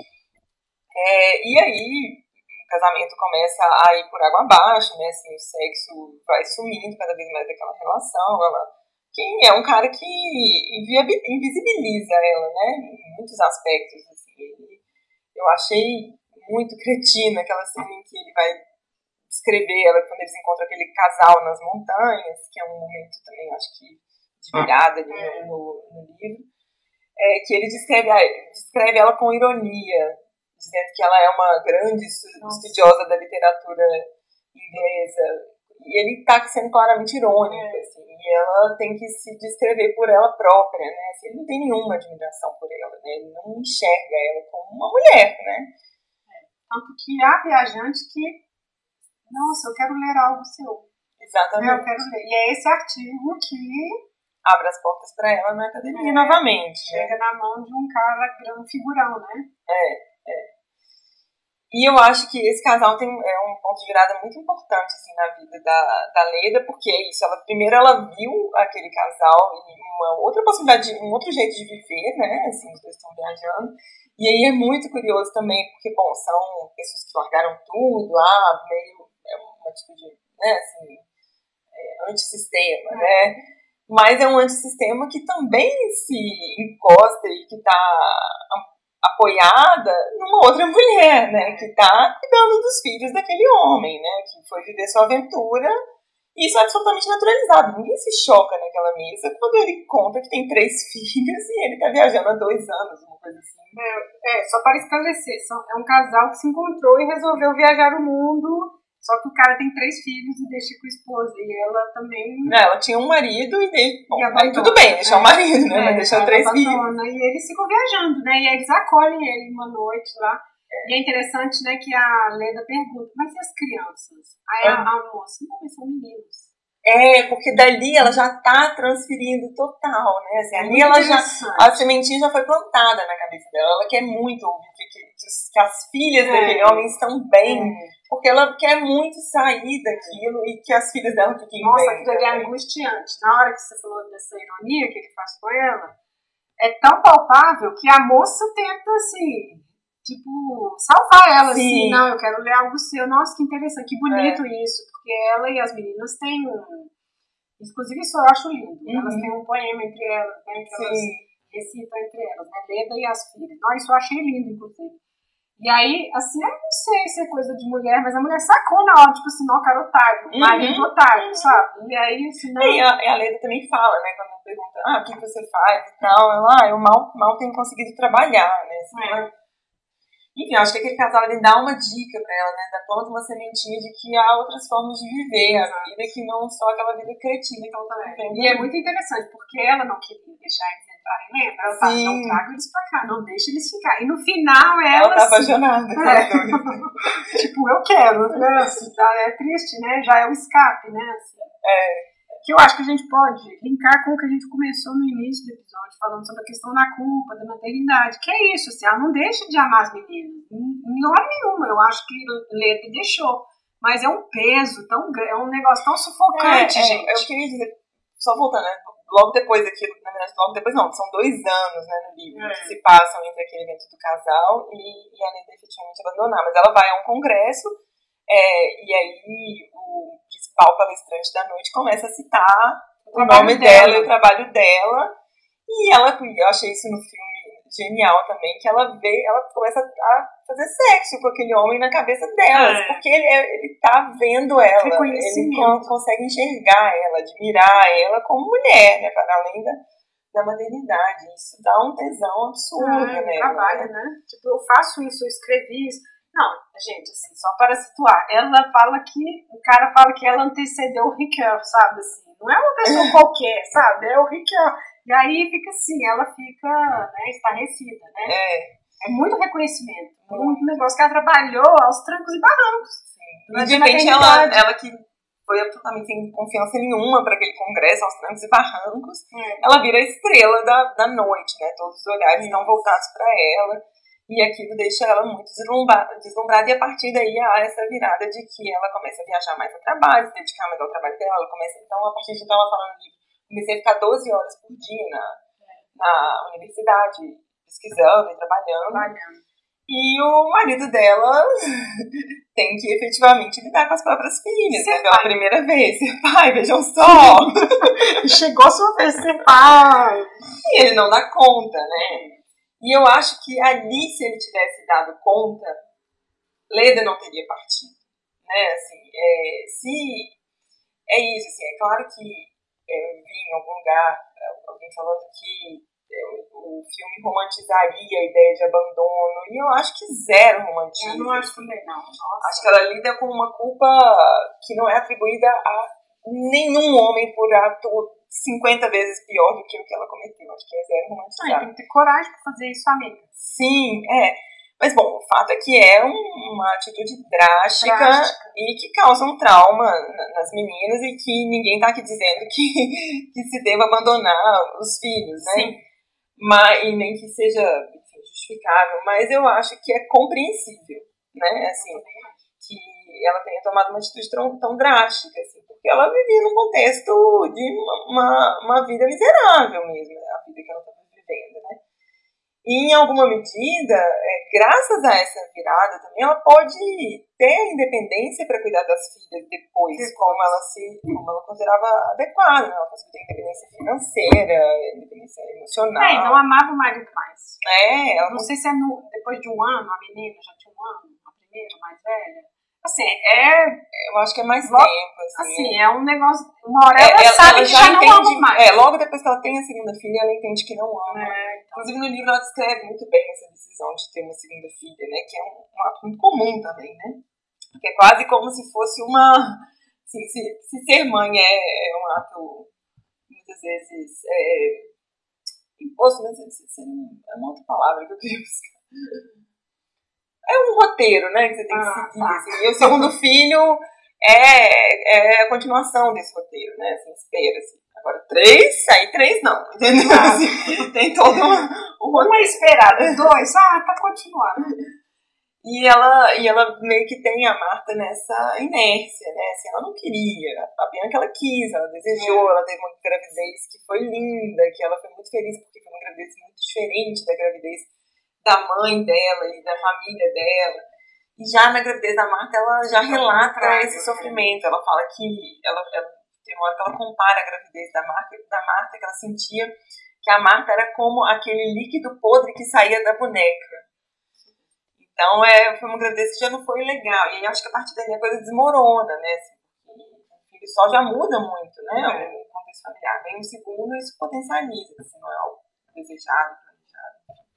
E aí... O casamento começa a ir por água abaixo, né? Assim, o sexo vai sumindo cada vez mais daquela relação. Quem é um cara que invisibiliza ela, né? Em muitos aspectos. Assim. Eu achei muito cretina aquela cena em que ele vai descrever ela quando eles encontram aquele casal nas montanhas, que é um momento também, acho que, de virada ali no livro. Que ele descreve ela com ironia, dizendo que ela é uma grande estudiosa da literatura inglesa. E ele está sendo claramente irônico, assim, e ela tem que se descrever por ela própria, né? Assim, ele não tem nenhuma admiração por ela, né? Ele não enxerga ela como uma mulher, né? Tanto que há viajante que, nossa, eu quero ler algo seu. Exatamente. Eu quero ler. E é esse artigo que abre as portas para ela na academia novamente. Chega na mão de um cara, um figurão, né? E eu acho que esse casal é um ponto de virada muito importante assim, na vida da Leda, porque é isso, primeiro ela viu aquele casal e uma outra possibilidade, um outro jeito de viver, né, assim, os dois estão viajando, e aí é muito curioso também, porque, bom, são pessoas que largaram tudo, meio, uma atitude, né, assim, antissistema, né, mas é um antissistema que também se encosta e que está apoiada numa outra mulher, né, que está cuidando dos filhos daquele homem, né, que foi viver sua aventura, e isso é absolutamente naturalizado. Ninguém se choca naquela mesa quando ele conta que tem 3 filhos e ele está viajando há 2 anos, uma coisa assim. Só para esclarecer, é um casal que se encontrou e resolveu viajar o mundo. Só que o cara tem 3 filhos e deixa com a esposa. E ela também... Não, ela tinha um marido aí tudo bem, deixar o marido, né? Mas deixou 3 filhos. E eles ficam viajando, né? E aí eles acolhem ele uma noite lá. E é interessante, né, que a Leda pergunta, mas e as crianças? Aí a moça, não, mas são meninos. Porque dali ela já tá transferindo total, né? Assim, ali a sementinha já foi plantada na cabeça dela. Ela quer muito ouvir que as filhas daquele homem estão bem, porque ela quer muito sair daquilo e que as filhas dela fiquem bem. Nossa, aquilo ali é angustiante. Na hora que você falou dessa ironia que ele faz com ela, é tão palpável que a moça tenta, assim, tipo, salvar ela, assim, não, eu quero ler algo seu. Nossa, que interessante, que bonito isso, porque ela e as meninas têm inclusive isso eu acho lindo, elas têm um poema entre elas, né, que elas recitam entre elas, né, Leda e as filhas. Nossa, isso eu achei lindo, inclusive. E aí, assim, eu não sei se é coisa de mulher, mas a mulher sacou na hora, tipo assim, não, cara, otário, marido otário, sabe? E aí, assim, não... E a Leda também fala, né, quando pergunta, o que você faz e tal, ela, eu mal tenho conseguido trabalhar, né, assim, enfim, acho que aquele casal ele dá uma dica pra ela, né? Planta uma sementinha de que há outras formas de viver a vida, que não só aquela vida cretina que ela tá vivendo. E é muito interessante, porque ela não queria deixar eles entrarem, lembra? Ela fala, não traga eles pra cá, não deixa eles ficar. E no final ela tá apaixonada. Tipo, eu quero, né? Assim, é triste, né? Já é o escape, né? Assim. Que eu acho que a gente pode linkar com o que a gente começou no início do episódio, falando sobre a questão da culpa, da maternidade. Que é isso, assim, ela não deixa de amar as meninas. Em hora nenhuma, eu acho que Leda deixou. Mas é um peso tão grande, é um negócio tão sufocante, gente. Eu queria dizer, só voltando, né? Logo depois daquilo, na verdade, logo depois não, são 2 anos, né, no livro, que se passam entre aquele evento do casal e a Leda efetivamente abandonar. Mas ela vai a um congresso, e aí o principal palestrante da noite começa a citar o nome dela e o trabalho dela, e eu achei isso no filme genial também, que ela começa a fazer sexo com aquele homem na cabeça delas, porque ele tá vendo ela, ele consegue enxergar ela, admirar ela como mulher, né, para além da maternidade. Isso dá um tesão absurdo, né? Trabalho, né? Tipo, eu faço isso, eu escrevi isso. Não, gente, assim, só para situar, ela fala que, o cara fala que ela antecedeu o Ricoeur, sabe, assim, não é uma pessoa qualquer, sabe, é o Ricoeur. E aí fica assim, ela fica, né, estarrecida, né? É muito reconhecimento, um negócio que ela trabalhou aos trancos e barrancos. E de repente ela que foi absolutamente sem confiança nenhuma para aquele congresso, aos trancos e barrancos, ela vira a estrela da noite, né? Todos os olhares estão voltados para ela, e aquilo deixa ela muito deslumbrada, e a partir daí há essa virada de que ela começa a viajar mais ao trabalho, se dedicar mais ao trabalho dela, ela começa, então, a partir de então, ela falando livro, comecei a ficar 12 horas por dia na universidade, pesquisando e trabalhando. E o marido dela tem que efetivamente lidar com as próprias filhas, né? Pela primeira vez. Ser pai, vejam só! Chegou a sua vez ser pai! E ele não dá conta, né? E eu acho que ali, se ele tivesse dado conta, Leda não teria partido, né? Assim, é isso, assim, é claro que eu vi em algum lugar alguém falando que o filme romantizaria a ideia de abandono, e eu acho que zero romantismo. Eu não acho também, não. Nossa. Acho que ela lida com uma culpa que não é atribuída a nenhum homem por ato 50 vezes pior do que o que ela cometeu. Acho que é zero romantizado. Tem que ter coragem para fazer isso, amiga. Sim, Mas, bom, o fato é que é uma atitude drástica e que causa um trauma nas meninas, e que ninguém tá aqui dizendo que se deva abandonar os filhos, né? Sim. E nem que seja justificável, mas eu acho que é compreensível, né, assim, que ela tenha tomado uma atitude tão drástica, assim, porque ela vivia num contexto de uma vida miserável mesmo, né, a vida que ela estava vivendo, né. E, em alguma medida, graças a essa virada também, ela pode ter a independência para cuidar das filhas depois, como ela considerava adequado, né? Ela conseguiu ter independência financeira, independência emocional. Então amava o marido mais. Ela não sei se depois de um ano, a menina já tinha um ano, a primeira, mais velha. Assim, eu acho que é mais tempo, assim. É um negócio. Uma hora ela sabe que já não ama mais. Logo depois que ela tem a segunda filha, ela entende que não ama. Então. Inclusive, no livro ela descreve muito bem essa decisão de ter uma segunda filha, né? Que é um ato muito comum também, né? Que é quase como se fosse uma... Assim, se ser mãe é um ato, muitas vezes, imposto, mas é uma outra palavra que eu queria buscar. É um roteiro, né, que você tem que seguir. Tá. Assim, e o segundo filho é a continuação desse roteiro, né? Assim, espera, assim. Agora 3 não, entendeu? Assim, tem todo um roteiro. Uma esperada, 2, tá continuando. E ela meio que tem a Marta nessa inércia, né? Assim, ela não queria. A Bianca, ela quis, ela desejou, ela teve uma gravidez que foi linda, que ela foi muito feliz, porque foi uma gravidez muito diferente da gravidez da mãe dela e da família dela. E já na gravidez da Marta, ela já relata esse sofrimento. Ela fala que ela tem uma hora que ela compara a gravidez da Marta, que ela sentia que a Marta era como aquele líquido podre que saía da boneca. Então, foi uma gravidez que já não foi legal. E aí, acho que a partir daí a coisa desmorona, né? Assim, o filho só já muda muito, né? O contexto familiar. Vem um segundo e isso potencializa, assim, não é algo desejado, planejado.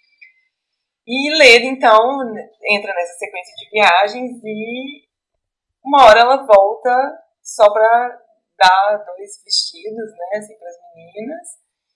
E Leda, então, entra nessa sequência de viagens e uma hora ela volta só pra dar 2 vestidos, né? Assim, pras meninas.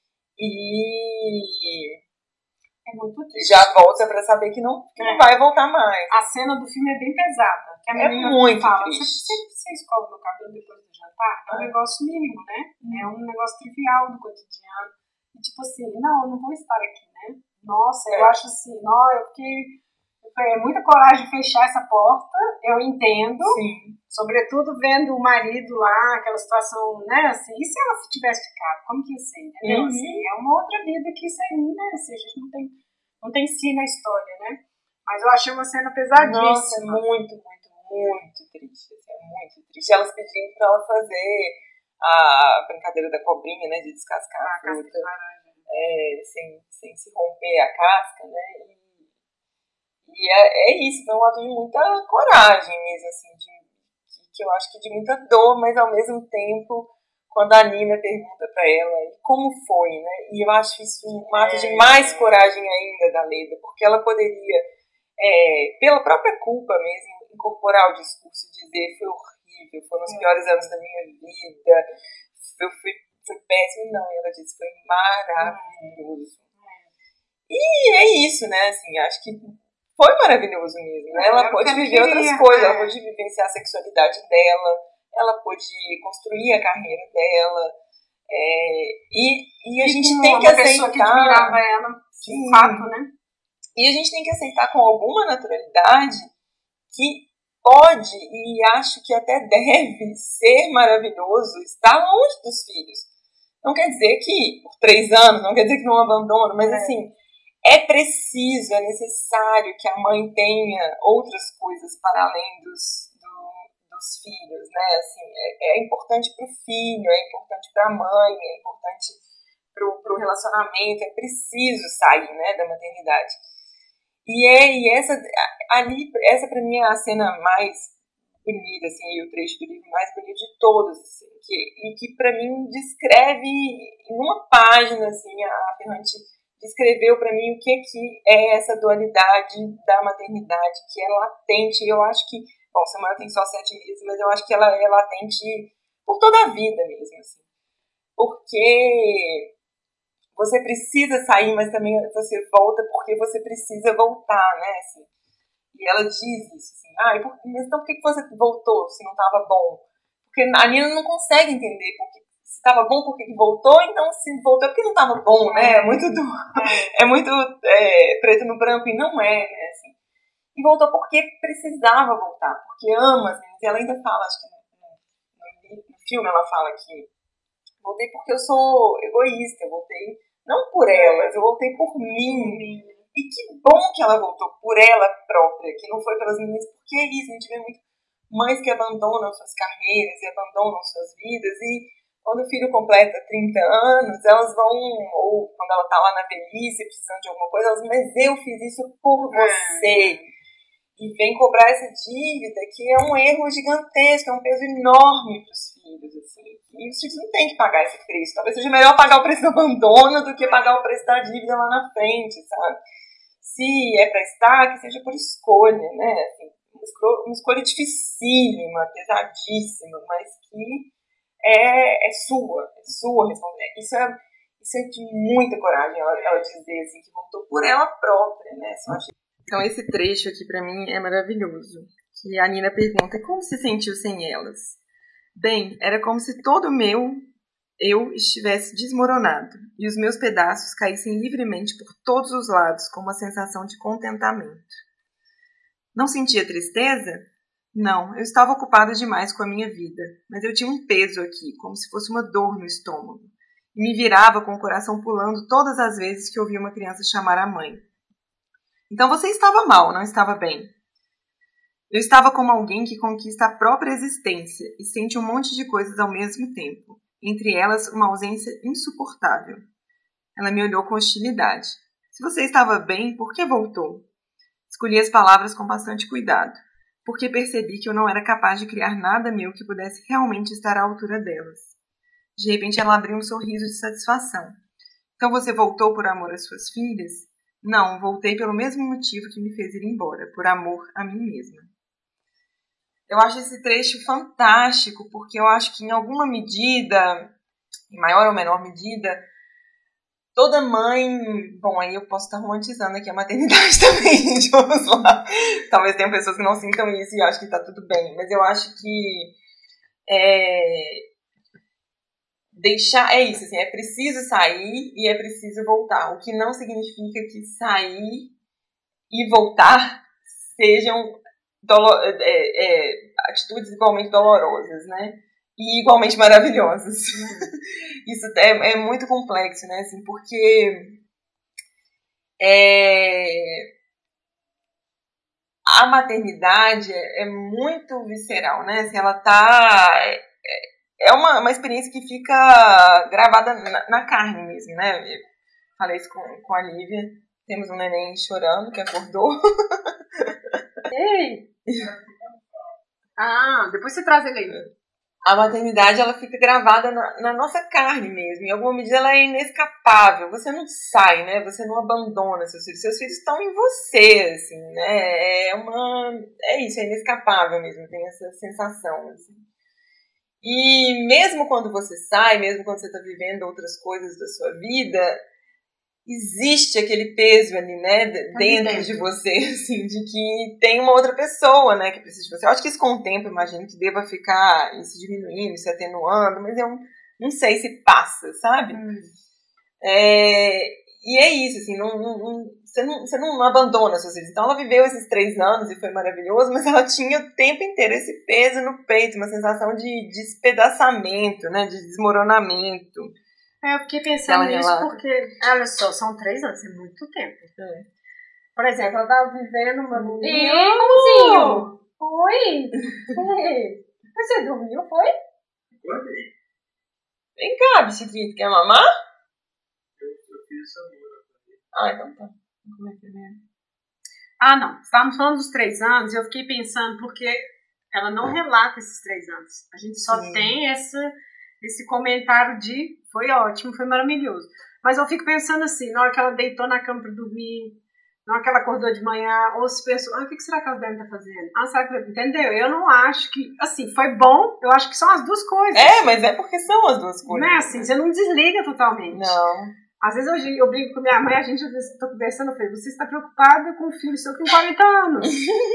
E... muito triste. Já volta pra saber que não vai voltar mais. A cena do filme é bem pesada. Que a menina muito fala, triste. Você escova o cabelo depois do jantar? É um negócio mínimo, né? É um negócio trivial do cotidiano. E tipo assim, não vou estar aqui, né? Nossa, eu acho assim, eu fiquei... muita coragem de fechar essa porta, eu entendo. Sim. Sobretudo vendo o marido lá, aquela situação, né, assim, e se ela tivesse ficado, como que ia ser, entendeu? Assim, é uma outra vida que isso aí, né, assim, a gente não tem si na história, né? Mas eu achei uma cena pesadíssima. Nossa, é muito, muito, muito triste, assim, é muito triste. Elas pedindo pra ela fazer a brincadeira da cobrinha, né, de descascar a fruta, sem se romper a casca, né, e é isso, foi um ato de muita coragem mesmo, assim, que eu acho que de muita dor, mas ao mesmo tempo, quando a Nina pergunta pra ela como foi, né, e eu acho isso um ato de mais coragem ainda da Leda, porque ela poderia, pela própria culpa mesmo, incorporar o discurso e dizer foi horrível, foram os piores anos da minha vida, eu fui péssimo, não, e ela disse foi maravilhoso. E é isso, né, assim, acho que foi maravilhoso mesmo, né? Ela pôde viver outras coisas, ela pôde vivenciar a sexualidade dela, ela pôde construir a carreira dela, e a gente tem que aceitar... Uma pessoa que admirava ela, de fato, né? E a gente tem que aceitar com alguma naturalidade que pode, e acho que até deve ser maravilhoso estar longe dos filhos. Não quer dizer que por 3 anos, não quer dizer que não abandona, mas assim... É preciso, é necessário que a mãe tenha outras coisas para além dos filhos, né? Assim, é importante para o filho, é importante para a mãe, é importante para o relacionamento, é preciso sair, né, da maternidade. E essa para mim é a cena mais bonita, assim, e o trecho do livro mais bonito de todos, assim, que para mim descreve em uma página, assim, a Ferrante descreveu para mim o que é essa dualidade da maternidade, que é latente. Eu acho que, bom, Samuel tem só 7 meses, mas eu acho que ela é latente por toda a vida mesmo, assim. Porque você precisa sair, mas também você volta porque você precisa voltar, né, assim. E ela diz isso, assim, mas então por que você voltou se não estava bom? Porque a Nina não consegue entender porque se estava bom, por que voltou? Então, se voltou, porque não estava bom, né? É muito preto no branco, e não é, né? Assim. E voltou porque precisava voltar, porque ama as meninas. E ela ainda fala, acho que no filme ela fala que voltei porque eu sou egoísta, eu voltei não por elas, eu voltei por mim. E que bom que ela voltou por ela própria, que não foi pelas meninas, porque é isso, a gente vê muito mães que abandonam suas carreiras e abandonam suas vidas, e quando o filho completa 30 anos, elas vão, ou quando ela tá lá na velhice, precisando de alguma coisa, elas dizem, mas eu fiz isso por você. E vem cobrar essa dívida, que é um erro gigantesco, é um peso enorme para os filhos, assim. E os filhos não têm que pagar esse preço. Talvez seja melhor pagar o preço do abandono do que pagar o preço da dívida lá na frente, sabe? Se é para estar, que seja por escolha, né? Assim, uma escolha dificílima, pesadíssima, mas que é sua responsabilidade. Isso é de muita coragem, ela dizer assim, que voltou por ela própria, né? Então esse trecho aqui para mim é maravilhoso. Que a Nina pergunta, como se sentiu sem elas? Bem, era como se todo o meu eu estivesse desmoronado e os meus pedaços caíssem livremente por todos os lados com uma sensação de contentamento. Não sentia tristeza? Não, eu estava ocupada demais com a minha vida, mas eu tinha um peso aqui, como se fosse uma dor no estômago, e me virava com o coração pulando todas as vezes que ouvia uma criança chamar a mãe. Então você estava mal, não estava bem. Eu estava como alguém que conquista a própria existência e sente um monte de coisas ao mesmo tempo, entre elas uma ausência insuportável. Ela me olhou com hostilidade. Se você estava bem, por que voltou? Escolhi as palavras com bastante cuidado, porque percebi que eu não era capaz de criar nada meu que pudesse realmente estar à altura delas. De repente ela abriu um sorriso de satisfação. Então você voltou por amor às suas filhas? Não, voltei pelo mesmo motivo que me fez ir embora, por amor a mim mesma. Eu acho esse trecho fantástico, porque eu acho que em alguma medida, em maior ou menor medida, toda mãe... Bom, aí eu posso estar romantizando aqui a maternidade também, vamos lá. Talvez tenham pessoas que não sintam isso e acham que está tudo bem, mas eu acho que deixar, é isso, assim, é preciso sair e é preciso voltar, o que não significa que sair e voltar sejam atitudes igualmente dolorosas, né? E igualmente maravilhosas. Isso é muito complexo, né? Assim, porque a maternidade é muito visceral, né? Assim, ela tá... É uma experiência que fica gravada na carne mesmo, né? Eu falei isso com a Lívia. Temos um neném chorando que acordou. Ei! Depois você traz ele aí. A maternidade, ela fica gravada na nossa carne mesmo. Em alguma medida, ela é inescapável. Você não sai, né? Você não abandona seus filhos. Seus filhos estão em você, assim, né? É isso, é inescapável mesmo. Tem essa sensação, assim. E mesmo quando você sai, mesmo quando você está vivendo outras coisas da sua vida, existe aquele peso ali, né, dentro de você, assim, de que tem uma outra pessoa, né, que precisa de você. Eu acho que isso com o tempo, imagino que deva ficar se diminuindo, se atenuando, mas eu não sei se passa, sabe? E é isso, assim, você não abandona suas filhas. Então ela viveu esses 3 anos e foi maravilhoso, mas ela tinha o tempo inteiro esse peso no peito, uma sensação de despedaçamento, né, de desmoronamento. Eu fiquei pensando nisso porque, olha só, são 3 anos, é muito tempo. Por exemplo, ela estava vivendo uma... Mãozinho! Oi! Você dormiu, foi? Acordei. Vem cá, bicicleta, quer mamar? Eu fiz sabor. Então tá. Vou comer primeiro. Não. Estávamos falando dos 3 anos e eu fiquei pensando porque ela não relata esses 3 anos. A gente só tem esse comentário de foi ótimo, foi maravilhoso. Mas eu fico pensando assim, na hora que ela deitou na cama para dormir, na hora que ela acordou de manhã, ou se pensou, o que será que ela deve estar fazendo? Será que... Entendeu? Eu não acho que, assim, foi bom, eu acho que são as duas coisas. Mas é porque são as duas coisas. Não é assim, você não desliga totalmente. Não. Às vezes eu brinco com minha mãe, a gente às vezes está conversando, eu falei, você está preocupada com o filho seu que tem 40 anos.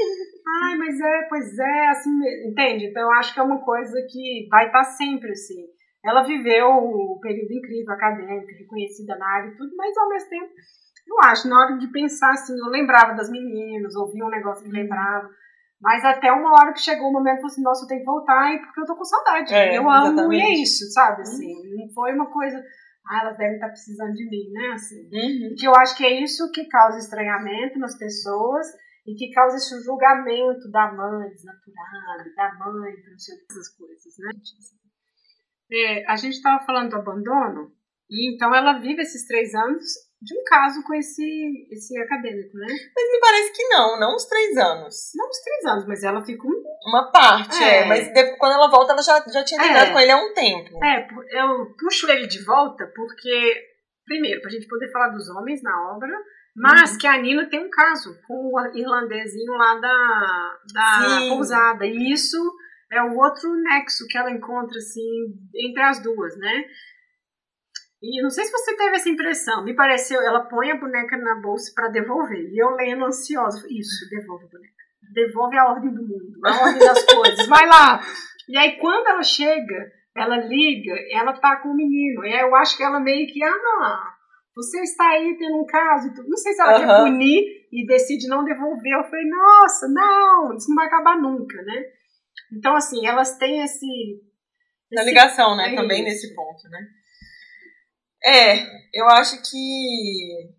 Pois é, assim, entende? Então eu acho que é uma coisa que vai estar sempre assim. Ela viveu o período incrível, acadêmico, reconhecida na área e tudo, mas ao mesmo tempo Eu acho, na hora de pensar, assim, eu lembrava das meninas, ouvia um negócio que lembrava. Mas até uma hora que chegou o momento, eu falei assim, nossa, eu tenho que voltar, porque eu tô com saudade. Eu amo, exatamente. e é isso, sabe? Assim, não foi uma coisa, elas devem estar precisando de mim, né? Assim, que eu acho que é isso que causa estranhamento nas pessoas e que causa esse julgamento da mãe desnaturada, da mãe, não sei essas coisas, né? A gente estava falando do abandono, e então ela vive esses 3 anos de um caso com esse acadêmico, né? Mas me parece que não os 3 anos. Não os 3 anos, mas ela fica uma parte, mas quando ela volta, ela já tinha terminado com ele há um tempo. Eu puxo ele de volta porque, primeiro, pra gente poder falar dos homens na obra, mas que a Nina tem um caso com o irlandezinho lá da pousada, e isso é o outro nexo que ela encontra, assim, entre as duas, né? E não sei se você teve essa impressão, me pareceu, ela põe a boneca na bolsa para devolver, e eu lendo ansiosa, isso, devolve a boneca, devolve a ordem do mundo, a ordem das coisas, vai lá. E aí quando ela chega, ela liga, ela tá com o menino, e aí eu acho que ela meio que, você está aí tendo um caso, não sei se ela quer punir e decide não devolver. Eu falei, nossa, não, isso não vai acabar nunca, né? Então, assim, elas têm essa ligação, né, também nesse ponto, né? Eu acho que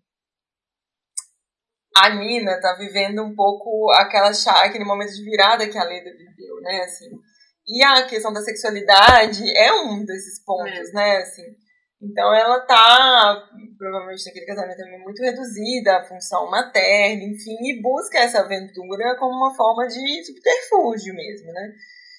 a Nina tá vivendo um pouco aquele momento de virada que a Leda viveu, né, assim. E a questão da sexualidade é um desses pontos, né, assim. Então ela tá, provavelmente, naquele casamento também muito reduzida, a função materna, enfim, e busca essa aventura como uma forma de subterfúgio mesmo, né.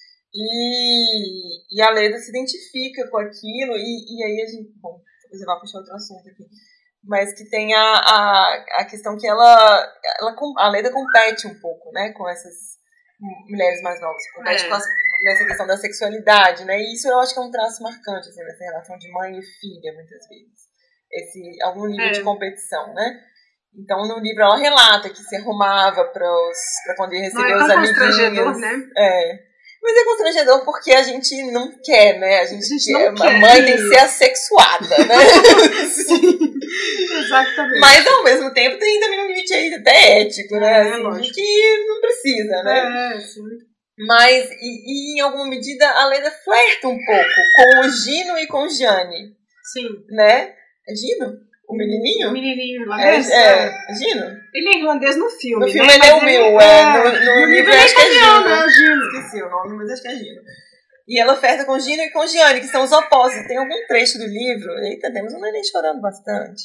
E a Leda se identifica com aquilo, e aí a gente... Bom, você vai puxar outro assunto aqui. Mas que tem a questão que a Leda compete um pouco, né, com essas mulheres mais novas, compete nessa questão da sexualidade, né, e isso eu acho que é um traço marcante, assim, nessa relação de mãe e filha, muitas vezes, algum nível de competição, né. Então, no livro ela relata que se arrumava pra quando ia receber os amiguinhos, né? Mas é constrangedor porque a gente não quer, né? A gente quer. Não quer. A mãe tem que ser assexuada, né? Sim, exatamente. Mas, ao mesmo tempo, tem também um limite aí até ético, né? Assim, de que não precisa, né? Sim. Mas, e em alguma medida, a Leda flerta um pouco com o Gino e com o Gianni. Sim. Né? É Gino? O menininho? O menininho irlandês? Gino? Ele é irlandês no filme, No filme né? ele é o meu, no livro acho que é Gino. Né? Gino. Esqueci o nome, mas acho que é Gino. E ela flerta com Gino e com Gianni, que são os opostos. Tem algum trecho do livro, eita, temos um neném chorando bastante.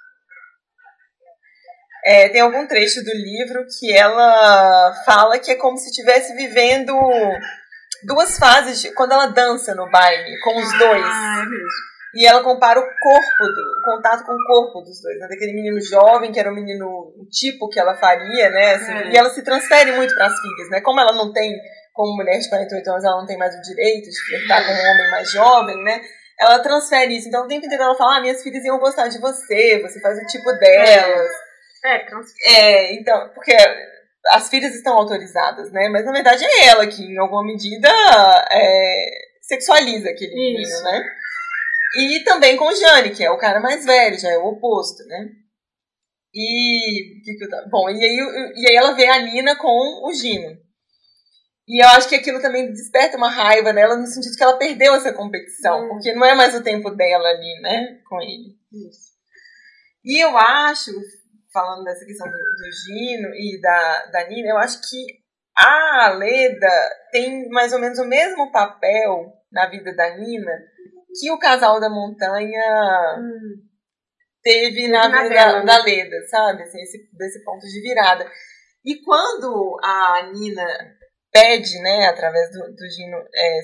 Tem algum trecho do livro que ela fala que é como se estivesse vivendo 2 fases, quando ela dança no baile, com os dois. É mesmo. E ela compara o contato com o corpo dos dois, né? Daquele menino jovem, que era o menino, o tipo que ela faria, né? Assim, e ela se transfere muito para as filhas, né? Como ela não tem, como mulher de 48 anos, ela não tem mais o direito de flertar com um homem mais jovem, né? Ela transfere isso. Então, o tempo inteiro ela fala, minhas filhas iam gostar de você faz o tipo delas. Então, porque as filhas estão autorizadas, né? Mas, na verdade, é ela que, em alguma medida, sexualiza aquele menino, né? E também com o Gianni, que é o cara mais velho, já é o oposto, né? Bom, e aí ela vê a Nina com o Gino. E eu acho que aquilo também desperta uma raiva nela, no sentido que ela perdeu essa competição, porque não é mais o tempo dela ali, né, com ele. Isso. E eu acho, falando dessa questão do Gino e da Nina, eu acho que a Leda tem mais ou menos o mesmo papel na vida da Nina que o Casal da Montanha teve na vida da Leda, sabe? Assim, desse ponto de virada. E quando a Nina pede, né, através do Gino,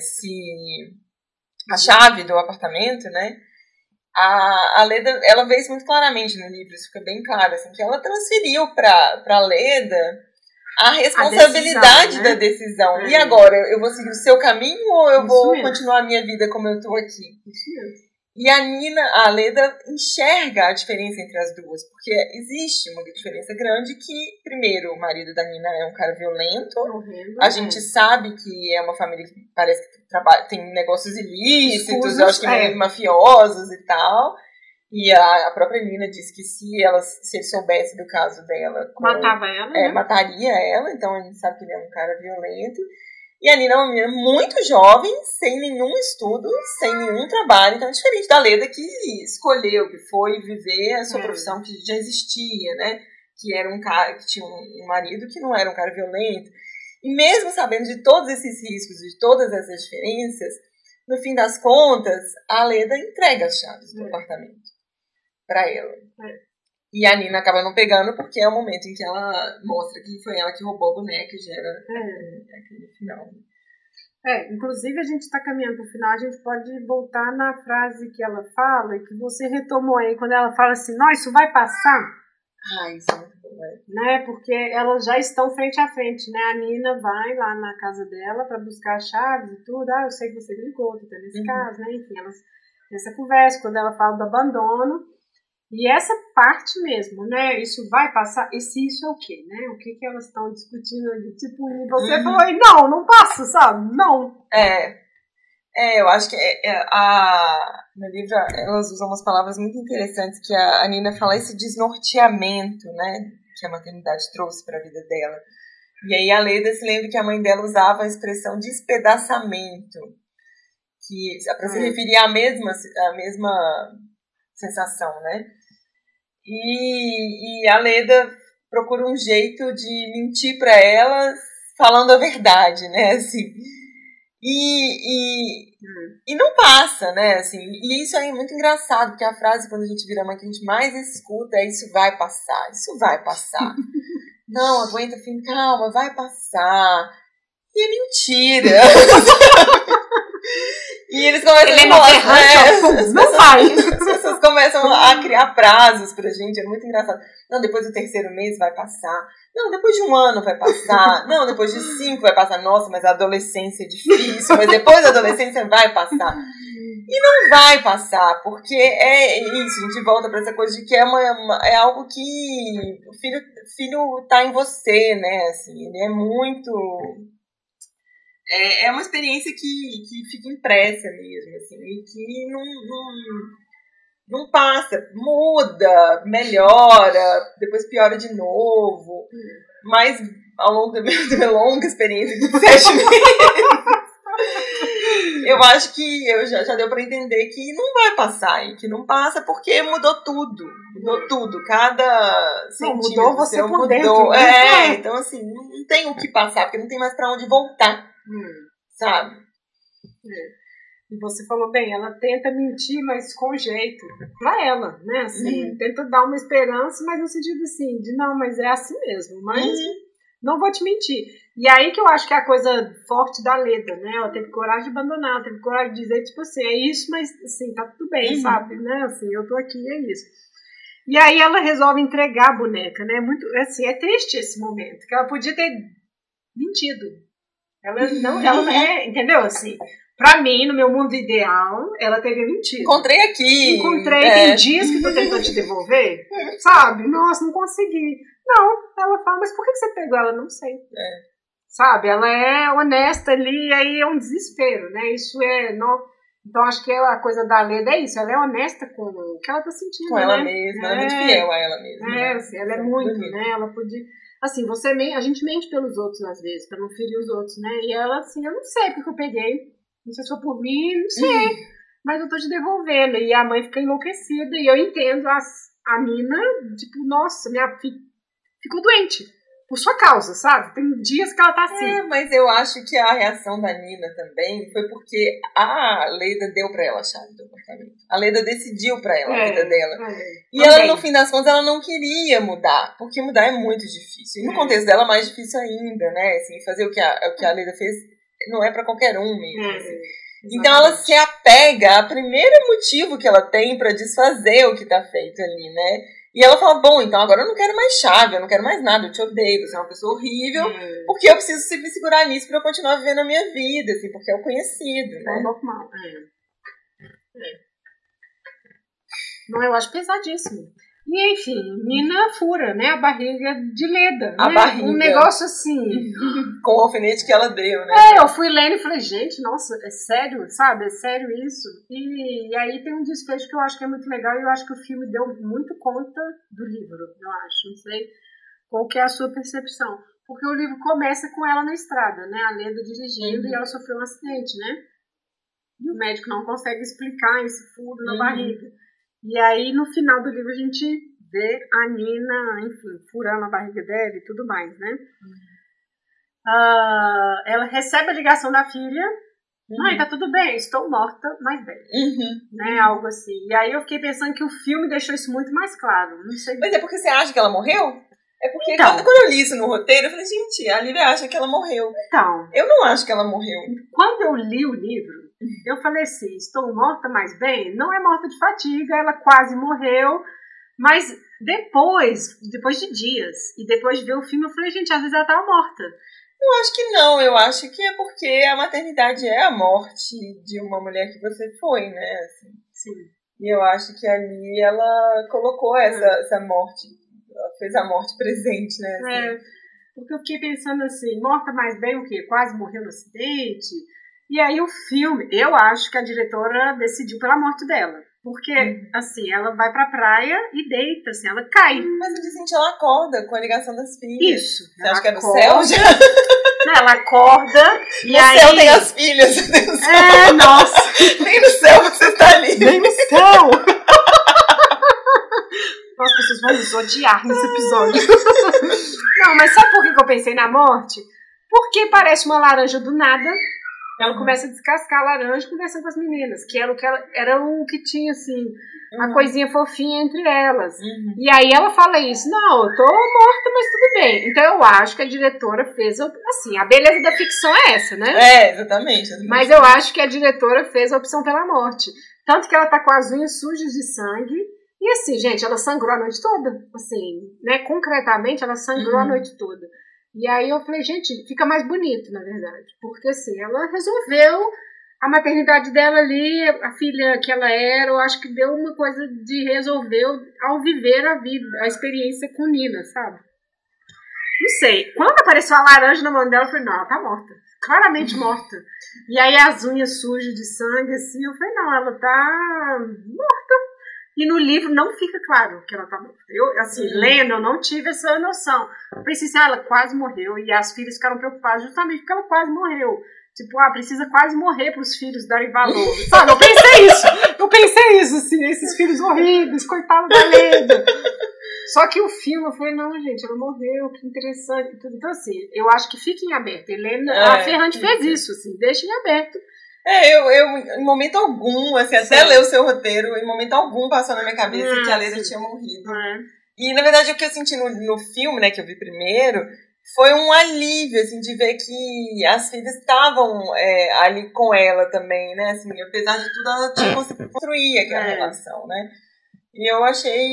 a chave do apartamento, né, a Leda, ela vê isso muito claramente no livro, isso fica bem claro, assim, que ela transferiu pra Leda a responsabilidade da decisão. E agora, eu vou seguir o seu caminho ou eu vou continuar a minha vida como eu tô aqui? Isso mesmo. E a Leda enxerga a diferença entre as duas, porque existe uma diferença grande que, primeiro, o marido da Nina é um cara violento, a gente sabe que é uma família que parece que tem negócios ilícitos, eu acho que meio mafiosos e tal, E a própria Nina disse que se ele soubesse do caso dela... Matava ela, né? Mataria ela, então a gente sabe que ele é um cara violento. E a Nina é uma menina muito jovem, sem nenhum estudo, sem nenhum trabalho. Então é diferente da Leda, que escolheu, que foi viver a sua profissão que já existia, né? Que era um cara que tinha um marido que não era um cara violento. E mesmo sabendo de todos esses riscos, de todas essas diferenças, no fim das contas, a Leda entrega as chaves do apartamento para ela. E a Nina acaba não pegando porque é o momento em que ela mostra que foi ela que roubou a boneca e gera aquele final. Inclusive a gente está caminhando para o final, a gente pode voltar na frase que ela fala e que você retomou aí, quando ela fala assim, não, isso vai passar. Isso é muito bom, né? Porque elas já estão frente a frente, né? A Nina vai lá na casa dela para buscar as chaves e tudo. Eu sei que você brigou, tá nesse caso, né? Enfim, elas nessa conversa, quando ela fala do abandono. E essa parte mesmo, né? Isso vai passar. Isso é o quê, né? O que elas estão discutindo ali? Tipo, e você falou aí, não passa, sabe? Não. Eu acho que no livro elas usam umas palavras muito interessantes, que a Nina fala esse desnorteamento, né, que a maternidade trouxe para a vida dela. E aí a Leda se lembra que a mãe dela usava a expressão despedaçamento, que para se referir à mesma sensação, né? E a Leda procura um jeito de mentir para ela falando a verdade, né, assim. E não passa, né, assim, e isso aí é muito engraçado, porque a frase, quando a gente vira mãe, que a gente mais escuta é isso vai passar. Não, aguenta, filho, calma, vai passar. E é mentira. E eles começam a falar, não vai. As pessoas começam a criar prazos pra gente, é muito engraçado. Não, depois do 3º mês vai passar. Não, depois de 1 ano vai passar. Não, depois de 5 vai passar. Nossa, mas a adolescência é difícil. Mas depois da adolescência vai passar. E não vai passar, porque é isso, a gente volta pra essa coisa de que é algo que o filho tá em você, né, assim, ele é muito... É uma experiência que fica impressa mesmo, assim, e que não passa, muda, melhora, depois piora de novo, mas ao longo da minha longa experiência de 7 meses, eu acho que eu já deu pra entender que não vai passar, e que não passa porque mudou tudo, cada centímetro mudou você por dentro, né? Então assim, não tem o que passar, porque não tem mais pra onde voltar, sabe? E você falou bem, ela tenta mentir, mas com jeito, pra ela, né, assim, tenta dar uma esperança, mas no sentido assim, de não, mas é assim mesmo, mas não vou te mentir. E aí que eu acho que é a coisa forte da Leda, né, ela teve coragem de abandonar, ela teve coragem de dizer, tipo assim, é isso, mas assim, tá tudo bem, sabe, né, assim, eu tô aqui, é isso. E aí ela resolve entregar a boneca, né, muito, assim, é triste esse momento, que ela podia ter mentido. Ela não é, entendeu, assim... Pra mim, no meu mundo ideal, ela teria mentido. Encontrei, tem dias que tô tentando te devolver, sabe? Nossa, não consegui. Não, ela fala, mas por que você pegou ela? Não sei. Sabe, ela é honesta ali, aí é um desespero, né? Isso é... Então, acho que a coisa da Leda é isso, ela é honesta com o que ela tá sentindo, com ela mesma, ela é muito fiel a ela mesma. Assim, ela é muito, bonito. Né? Ela podia... Assim, a gente mente pelos outros às vezes, pra não ferir os outros, né? E ela, assim, eu não sei porque eu peguei. Não sei se foi por mim, não sei. Mas eu tô te devolvendo. E a mãe fica enlouquecida. E eu entendo a Nina, tipo, nossa, minha filha ficou doente. Por sua causa, sabe? Tem dias que ela tá assim. Mas eu acho que a reação da Nina também foi porque a Leda deu pra ela a chave do apartamento. A Leda decidiu pra ela a vida dela. E ela, no fim das contas, ela não queria mudar. Porque mudar é muito difícil. E no contexto dela, mais difícil ainda, né? Assim, fazer o que a Leda fez não é pra qualquer um mesmo. Assim. Então ela se apega ao primeiro motivo que ela tem pra desfazer o que tá feito ali, né? E ela fala, bom, então agora eu não quero mais chave, eu não quero mais nada, eu te odeio, você é uma pessoa horrível, porque eu preciso me segurar nisso pra eu continuar vivendo a minha vida, assim, porque é o conhecido, né? É normal. Não, eu acho pesadíssimo. E, enfim, Nina fura, né, a barriga de Leda. A né? barriga. Um negócio assim. Com o alfinete que ela deu, né? Eu fui lendo e falei, gente, nossa, é sério, sabe? É sério isso? E aí tem um desfecho que eu acho que é muito legal e eu acho que o filme deu muito conta do livro, eu acho. Não sei qual que é a sua percepção. Porque o livro começa com ela na estrada, né? A Leda dirigindo e ela sofreu um acidente, né? E o médico não consegue explicar esse furo na barriga. E aí, no final do livro, a gente vê a Nina, enfim, furando a barriga dela e tudo mais, né? Ela recebe a ligação da filha. Mãe, tá tudo bem, estou morta, mas bem. Né? Algo assim. E aí eu fiquei pensando que o filme deixou isso muito mais claro. Não sei. Mas é porque você acha que ela morreu? É porque Então. quando eu li isso no roteiro, eu falei, gente, a Lívia acha que ela morreu. Então, Eu não acho que ela morreu. quando eu li o livro, eu falei assim, estou morta, mas bem, não é morta de fadiga, ela quase morreu, mas depois de dias, e depois de ver o filme, eu falei, gente, às vezes ela estava morta. Eu acho que não, eu acho que é porque a maternidade é a morte de uma mulher que você foi, né? Assim. Sim. E eu acho que ali ela colocou essa morte, ela fez a morte presente, né? Assim. Porque eu fiquei pensando assim, morta mais bem o quê? Quase morreu no acidente? E aí o filme, eu acho que a diretora decidiu pela morte dela. Porque, assim, ela vai pra praia e deita, assim, ela cai. Mas no dia seguinte ela acorda com a ligação das filhas. Isso. Você acha que é no céu já? Ela acorda e no aí... céu tem as filhas. Nossa. Nem no céu você tá ali. Nem no céu. Nossa, as pessoas vão nos odiar nesse episódio. Não, mas sabe por que eu pensei na morte? Porque parece uma laranja do nada. Ela começa a descascar a laranja conversando com as meninas, que era o que tinha, assim, a coisinha fofinha entre elas. E aí ela fala isso, não, eu tô morta, mas tudo bem. Então eu acho que a diretora fez, assim, a beleza da ficção é essa, né? Exatamente. Mas eu acho que a diretora fez a opção pela morte. Tanto que ela tá com as unhas sujas de sangue. E assim, gente, ela sangrou a noite toda. Assim, né, concretamente, ela sangrou a noite toda. E aí eu falei, gente, fica mais bonito, na verdade. Porque assim, ela resolveu a maternidade dela ali, a filha que ela era, eu acho que deu uma coisa de resolver ao viver a vida, a experiência com Nina, sabe? Não sei. Quando apareceu a laranja na mão dela, eu falei, não, ela tá morta. Claramente morta. E aí as unhas sujas de sangue, assim, eu falei, não, ela tá morta. E no livro não fica claro que ela tá morta. Eu, assim, lendo, eu não tive essa noção. Eu pensei assim, ela quase morreu. E as filhas ficaram preocupadas justamente porque ela quase morreu. Tipo, precisa quase morrer para os filhos darem valor. Sabe, eu pensei isso, assim, esses filhos horríveis, coitada da Leda. Só que o filme, eu falei, não, gente, ela morreu, que interessante. Então, assim, eu acho que fica em aberto. A Ferrante fez isso, assim, deixa em aberto. Eu em momento algum, assim, até ler o seu roteiro, em momento algum passou na minha cabeça que a Leda tinha morrido. E, na verdade, o que eu senti no filme, né, que eu vi primeiro, foi um alívio, assim, de ver que as filhas estavam ali com ela também, né, assim, apesar de tudo, ela tinha conseguido construir aquela relação, né. E eu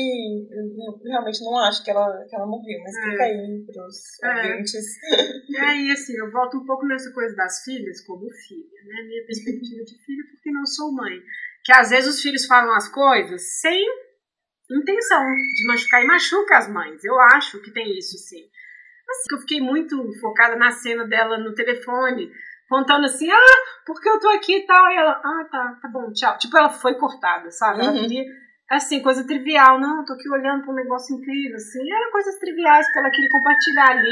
realmente não acho que ela morreu, mas fica aí pros ouvintes. E assim, eu volto um pouco nessa coisa das filhas como filha, né? Minha perspectiva de filha, porque não sou mãe. Que às vezes os filhos falam as coisas sem intenção de machucar, e machuca as mães. Eu acho que tem isso, sim. Assim, eu fiquei muito focada na cena dela no telefone, contando assim, porque eu tô aqui e tal. E ela, tá bom, tchau. Tipo, ela foi cortada, sabe? Ela queria... Assim, coisa trivial, não, tô aqui olhando pra um negócio incrível, assim, eram coisas triviais que ela queria compartilhar ali,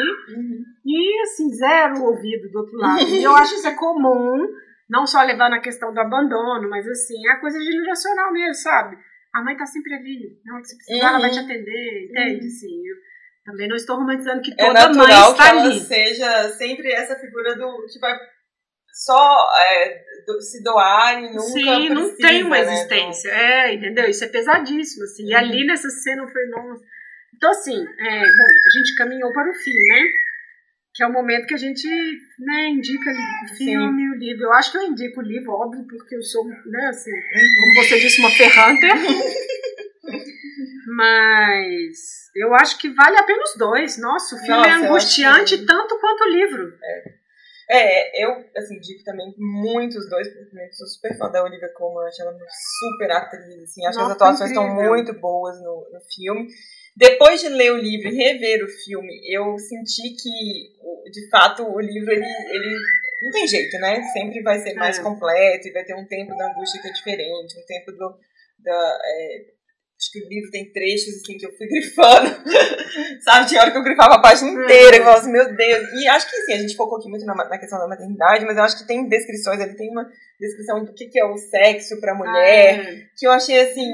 e assim, zero ouvido do outro lado. E eu acho que isso é comum, não só levando a questão do abandono, mas assim, é a coisa generacional mesmo, sabe? A mãe tá sempre ali, na hora que você precisar, ela vai te atender, entende? Assim, eu também não estou romantizando que toda mãe está ali. É natural que ela seja sempre essa figura que vai só se doar e nunca precisa, não tem uma né, existência, entendeu? Isso é pesadíssimo, assim, e ali nessa cena eu falei, nossa... Então, assim, bom, a gente caminhou para o fim, né? Que é o momento que a gente, né, indica o filme, o livro. Eu acho que eu indico o livro, óbvio, porque eu sou, né, assim, como você disse, uma ferrante. Mas eu acho que vale a pena os dois. Nossa, o filme é angustiante tanto quanto o livro. Eu, assim, digo também muito os dois, porque eu sou super fã da Olivia Colman, acho ela uma super atriz, assim, acho que as atuações estão muito boas no filme. Depois de ler o livro e rever o filme, eu senti que, de fato, o livro, ele não tem jeito, né? Sempre vai ser mais completo e vai ter um tempo da angústia que é diferente, um tempo acho que o livro tem trechos assim que eu fui grifando, sabe? Tinha hora que eu grifava a página inteira, eu falava assim, meu Deus. E acho que sim, a gente focou aqui muito na questão da maternidade, mas eu acho que tem descrições, ele tem uma descrição do que é o sexo pra mulher, que eu achei assim.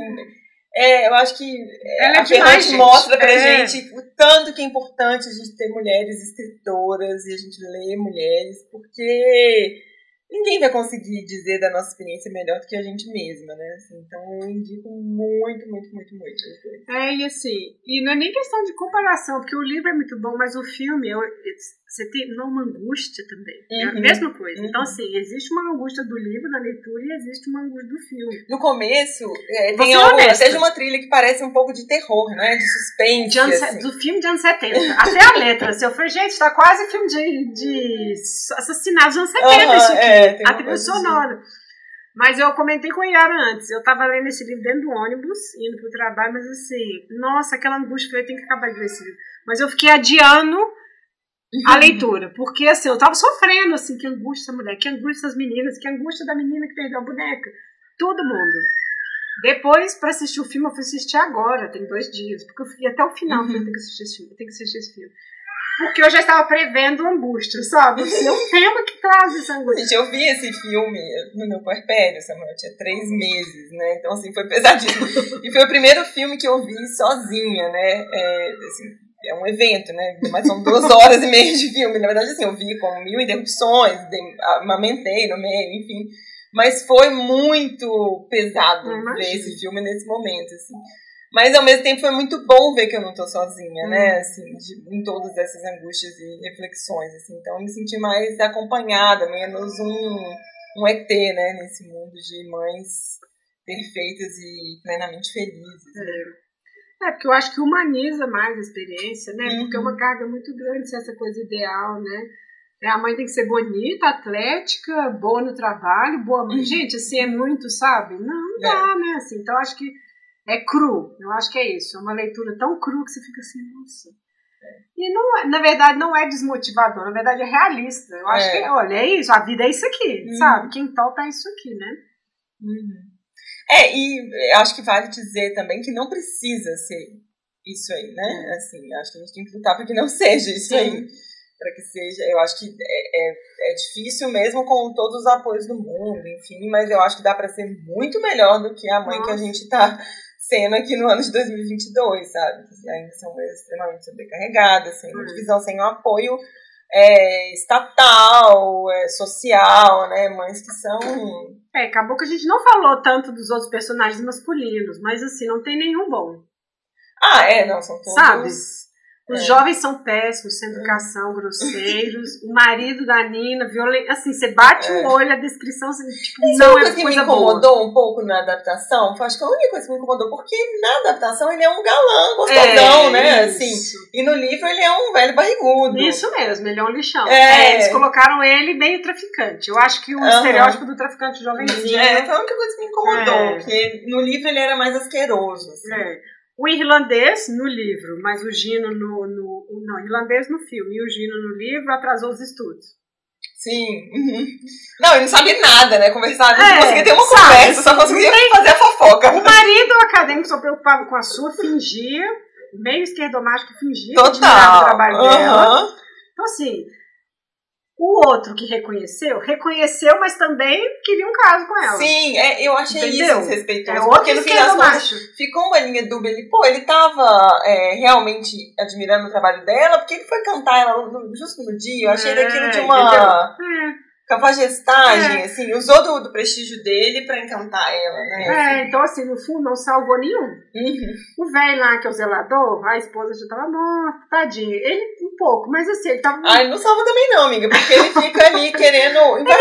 Eu acho que a Ferrante mostra pra gente o tanto que é importante a gente ter mulheres escritoras e a gente ler mulheres, porque ninguém vai conseguir dizer da nossa experiência melhor do que a gente mesma, né? Assim, então eu indico muito, muito, muito, muito. E assim, e não é nem questão de comparação, porque o livro é muito bom, mas o filme, você tem uma angústia também. É a mesma coisa. Então, assim, existe uma angústia do livro, da leitura, e existe uma angústia do filme. No começo, tem algo, até de uma trilha que parece um pouco de terror, né? De suspense. Assim. Do filme de anos 70. Até a letra. Assim, eu falei, gente, tá quase filme de assassinatos dos anos 70, isso aqui. A trilha sonora. Mas eu comentei com a Yara antes. Eu tava lendo esse livro dentro do ônibus, indo pro trabalho, mas assim, nossa, aquela angústia, eu falei, tem que acabar de ler esse livro. Mas eu fiquei adiando a leitura, porque assim, eu tava sofrendo, assim, que angústia essa mulher, que angústia das meninas, que angústia da menina que perdeu a boneca. Todo mundo. Depois, pra assistir o filme, eu fui assistir agora, tem 2 dias, porque eu fui até o final, falei, tem que assistir esse filme. Porque eu já estava prevendo angústia, sabe? Assim, é um tema que traz essa angústia. Gente, eu vi esse filme no meu puerpério, Samuel, eu tinha 3 meses, né? Então, assim, foi pesadíssimo. E foi o primeiro filme que eu vi sozinha, né? Assim, é um evento, né? Mas são 2 horas e meia de filme. Na verdade, assim, eu vi com 1000 interrupções, amamentei no meio, enfim. Mas foi muito pesado ver esse filme nesse momento, assim. Mas, ao mesmo tempo, foi muito bom ver que eu não tô sozinha, né? Assim, em todas essas angústias e reflexões, assim. Então, eu me senti mais acompanhada, menos um ET, né? Nesse mundo de mães perfeitas e plenamente felizes. Né? Porque eu acho que humaniza mais a experiência, né? Porque é uma carga muito grande ser essa coisa ideal, né? A mãe tem que ser bonita, atlética, boa no trabalho, boa mãe. Gente, assim, é muito, sabe? Não dá, né? Assim, então, eu acho que é cru, eu acho que é isso. É uma leitura tão cru que você fica assim, nossa. E não, na verdade não é desmotivador, na verdade é realista. Eu acho que, olha, é isso, a vida é isso aqui, sabe? Quem topa é isso aqui, né? E acho que vale dizer também que não precisa ser isso aí, né? Assim, acho que a gente tem que lutar para que não seja isso aí. Para que seja, eu acho que é difícil mesmo com todos os apoios do mundo, enfim, mas eu acho que dá para ser muito melhor do que a mãe que a gente tá sendo aqui no ano de 2022, sabe? Ainda são extremamente sobrecarregadas, sem uma divisão, sem um apoio estatal, social, né? Mães que são... acabou que a gente não falou tanto dos outros personagens masculinos, mas assim, não tem nenhum bom. Não, são todos... Sabe? Os jovens são péssimos, sem educação, grosseiros. O marido da Nina, violento. Assim, você bate o olho, a descrição, assim, tipo, isso não é uma coisa que me incomodou um pouco na adaptação. Acho que a única coisa que me incomodou, porque na adaptação ele é um galã gostosão, né? Assim, e no livro ele é um velho barrigudo. Isso mesmo, ele é um lixão. Eles colocaram ele meio traficante. Eu acho que o estereótipo do traficante jovenzinho. Foi a única coisa que me incomodou, porque no livro ele era mais asqueroso. Assim. O irlandês no livro, mas o Gino não, irlandês no filme, e o Gino no livro atrasou os estudos. Sim. Não, ele não sabe nada, né? Conversar, não conseguia ter uma conversa, só conseguia fazer a fofoca. O marido acadêmico só preocupado com a sua, fingia, meio esquerdomático, fingia que tinha o trabalho dela. Então, assim, o outro que reconheceu, mas também queria um caso com ela. Sim, eu achei isso desrespeitoso. Porque no fim das contas ficou uma linha dúbia. Ele tava realmente admirando o trabalho dela, porque ele foi cantar ela justo no dia. Eu achei daquilo de uma cafajestagem, assim, usou do prestígio dele pra encantar ela, né? Assim. Então, assim, no fundo não salvou nenhum. O velho lá, que é o zelador, a esposa já tava morta, tadinho. Ele um pouco, mas assim, ele tava... Ele não salva também não, amiga, porque ele fica ali querendo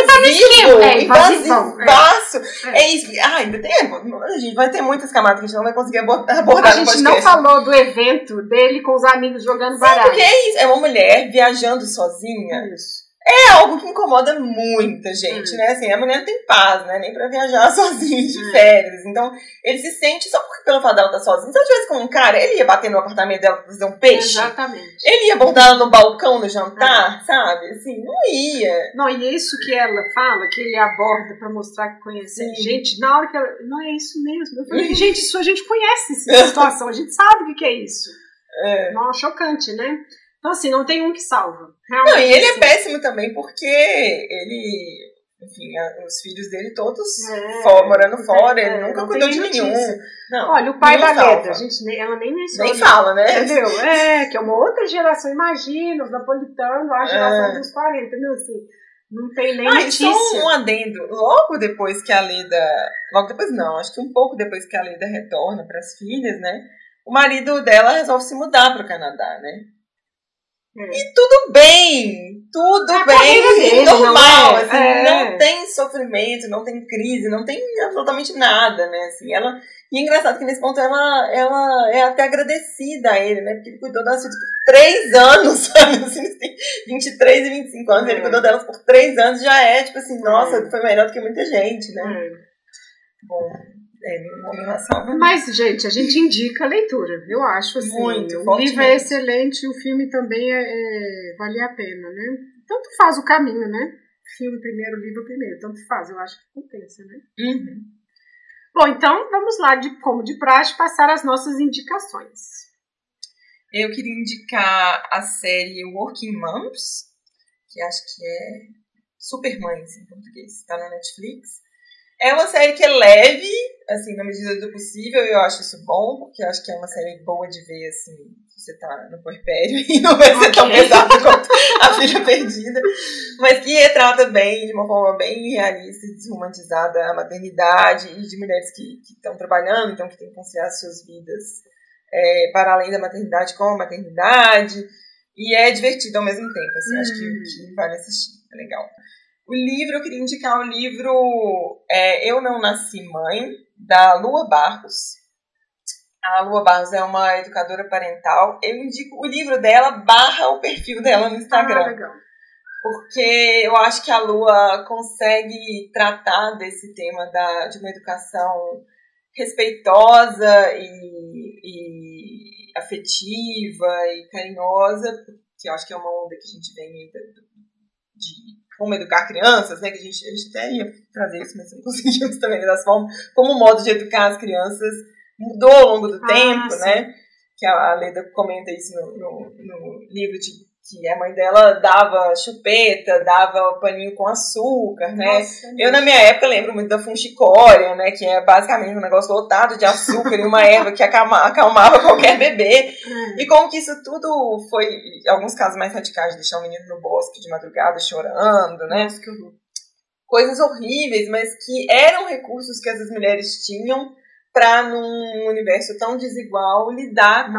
invasivaço. Ainda tem... A gente vai ter muitas camadas que a gente não vai conseguir abordar no podcast. A gente não falou do evento dele com os amigos jogando baralho. Porque é isso, é uma mulher viajando sozinha. Isso. É algo que incomoda muita gente, né? Assim, a mulher não tem paz, né? Nem pra viajar sozinha de férias. Então, ele se sente, só porque pelo fato dela estar sozinha. Se ela tivesse com um cara, ele ia bater no apartamento dela pra fazer um peixe. Exatamente. Ele ia botar ela no balcão no jantar, sabe? Assim, não ia. Não, e é isso que ela fala, que ele aborda pra mostrar que conhece gente. Na hora que ela... Não, é isso mesmo. Eu falei, gente, isso a gente conhece essa situação. A gente sabe o que é isso. Não, chocante, né? Então, assim, não tem um que salva. Realmente, não, e ele assim. é péssimo também porque ele... Enfim, os filhos dele todos morando fora, ele nunca cuidou de nenhum. Não, olha, o pai da salva. Leda, ela nem menciona. Nem fala, né? Entendeu? Que é uma outra geração, imagina, os napolitanos, a geração dos 40, entendeu? Assim, não tem nem notícia. E só um adendo, logo depois que a Leda... Logo depois não, acho que um pouco depois que a Leda retorna para as filhas, né? O marido dela resolve se mudar para o Canadá, né? E tudo bem, dele, normal, assim, não tem sofrimento, não tem crise, não tem absolutamente nada, né, assim, e é engraçado que nesse ponto ela é até agradecida a ele, né, porque ele cuidou das filhas por 3 anos, sabe, assim, 23 e 25 anos, ele cuidou delas por 3 anos, já é, tipo assim, nossa, foi melhor do que muita gente, né. Bom... Mas, gente, a gente indica a leitura, eu acho, assim. Muito, o livro é excelente, o filme também vale a pena, né? Tanto faz o caminho, né? Filme primeiro, livro primeiro, tanto faz, eu acho que compensa, né? Bom, então, vamos lá, como de praxe, passar as nossas indicações. Eu queria indicar a série Working Moms, que acho que é Super Mães em português, está na Netflix. É uma série que é leve, assim, na medida do possível, e eu acho isso bom, porque eu acho que é uma série boa de ver, assim, se você tá no puerpério e não vai ser tão pesado quanto A Filha Perdida, mas que retrata bem, de uma forma bem realista e desromantizada, a maternidade e de mulheres que estão trabalhando, então que têm que conciliar as suas vidas para além da maternidade com a maternidade, e é divertido ao mesmo tempo, assim, acho que vale assistir, é legal. O livro, eu queria indicar o livro Eu Não Nasci Mãe, da Lua Barros. A Lua Barros é uma educadora parental. Eu indico o livro dela / o perfil dela no Instagram. Legal. Porque eu acho que a Lua consegue tratar desse tema de uma educação respeitosa e afetiva e carinhosa, que eu acho que é uma onda que a gente vem aí de como educar crianças, né, que a gente até ia trazer isso, mas não conseguimos também das formas, como o modo de educar as crianças mudou ao longo do tempo, né, que a Leda comenta isso no livro, que a mãe dela dava chupeta, dava paninho com açúcar, né. Nossa, eu, na minha época, lembro muito da funchicória, né, que é basicamente um negócio lotado de açúcar e uma erva que acalmava qualquer bebê. E como que isso tudo foi, em alguns casos mais radicais, de deixar o menino no bosque de madrugada chorando, né. Nossa, que horror. Coisas horríveis, mas que eram recursos que essas mulheres tinham para, num universo tão desigual, lidar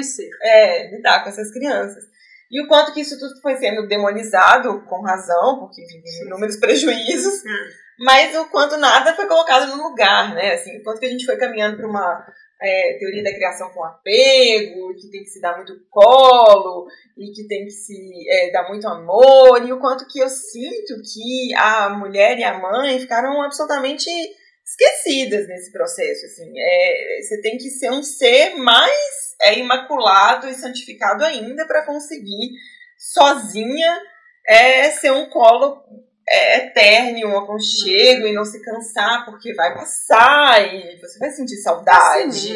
com essas crianças. E o quanto que isso tudo foi sendo demonizado, com razão, porque enfim, tem inúmeros prejuízos, mas o quanto nada foi colocado no lugar, né? Assim, o quanto que a gente foi caminhando para uma teoria da criação com apego, que tem que se dar muito colo, e que tem que se dar muito amor, e o quanto que eu sinto que a mulher e a mãe ficaram absolutamente esquecidas nesse processo. Assim. Você tem que ser um ser mais imaculado e santificado ainda para conseguir sozinha ser um colo eterno, um aconchego e não se cansar, porque vai passar e você vai sentir saudade.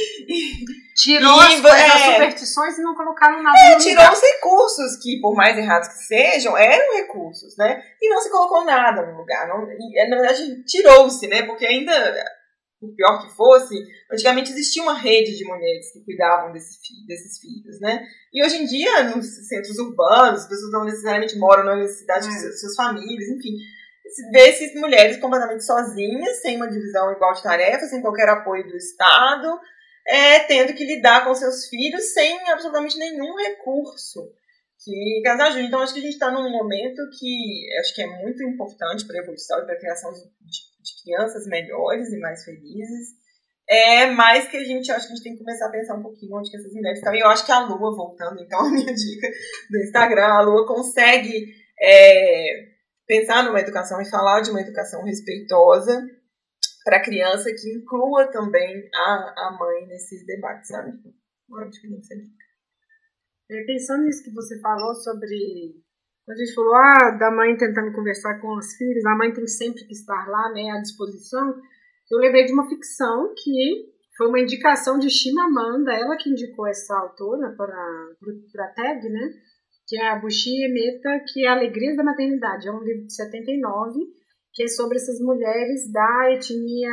Tirou as superstições e não colocaram nada no lugar. Tirou os recursos que, por mais errados que sejam, eram recursos, né? E não se colocou nada no lugar. Não, na verdade, tirou-se, né? Porque ainda, por pior que fosse, antigamente existia uma rede de mulheres que cuidavam desses filhos, né? E hoje em dia, nos centros urbanos, as pessoas não necessariamente moram na necessidade de suas famílias, enfim. Vê essas mulheres completamente sozinhas, sem uma divisão igual de tarefas, sem qualquer apoio do Estado, tendo que lidar com seus filhos sem absolutamente nenhum recurso que as ajude. Então, acho que a gente está num momento que acho que é muito importante para a evolução e para a criação de crianças melhores e mais felizes. Mas que acho que a gente tem que começar a pensar um pouquinho onde que essas mulheres estão. E eu acho que a Lua, voltando então à minha dica do Instagram, a Lua consegue pensar numa educação e falar de uma educação respeitosa para a criança que inclua também a mãe nesses debates, sabe? Acho que não sei. Pensando nisso que você falou sobre... Quando a gente falou da mãe tentando conversar com os filhos, a mãe tem sempre que estar lá, né, à disposição. Eu lembrei de uma ficção que foi uma indicação de Chimamanda, ela que indicou essa autora para a TED, né? Que é a Bushi Emeta, que é a Alegria da Maternidade. É um livro de 79, que é sobre essas mulheres da etnia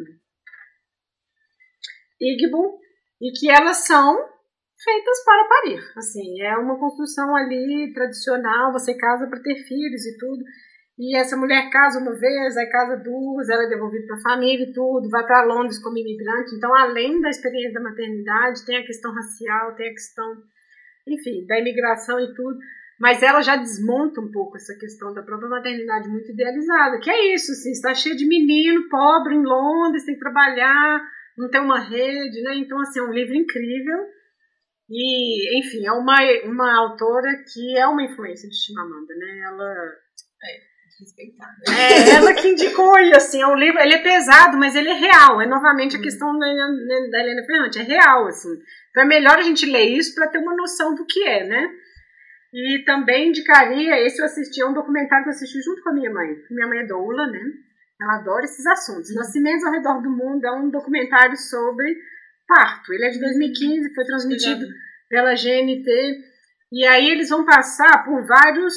Igbo, e que elas são feitas para parir. Assim, é uma construção ali tradicional, você casa para ter filhos e tudo. E essa mulher casa uma vez, aí casa duas, ela é devolvida para a família e tudo, vai para Londres como imigrante. Então, além da experiência da maternidade, tem a questão racial, tem a questão, enfim, da imigração e tudo. Mas ela já desmonta um pouco essa questão da própria maternidade muito idealizada, que é isso, assim, está cheio de menino pobre em Londres, tem que trabalhar, não tem uma rede, né? Então, assim, é um livro incrível. E, enfim, é uma autora que é uma influência de Chimamanda, né? Ela... ela que indicou, e assim, é um livro, ele é pesado, mas ele é real, é novamente a questão da Helena Ferrante, é real, assim, então é melhor a gente ler isso para ter uma noção do que é, né, e também indicaria, esse eu assisti, é um documentário que eu assisti junto com a minha mãe é doula, né, ela adora esses assuntos, Nascimentos ao Redor do Mundo, é um documentário sobre parto, ele é de 2015, foi transmitido pela GNT. E aí eles vão passar por vários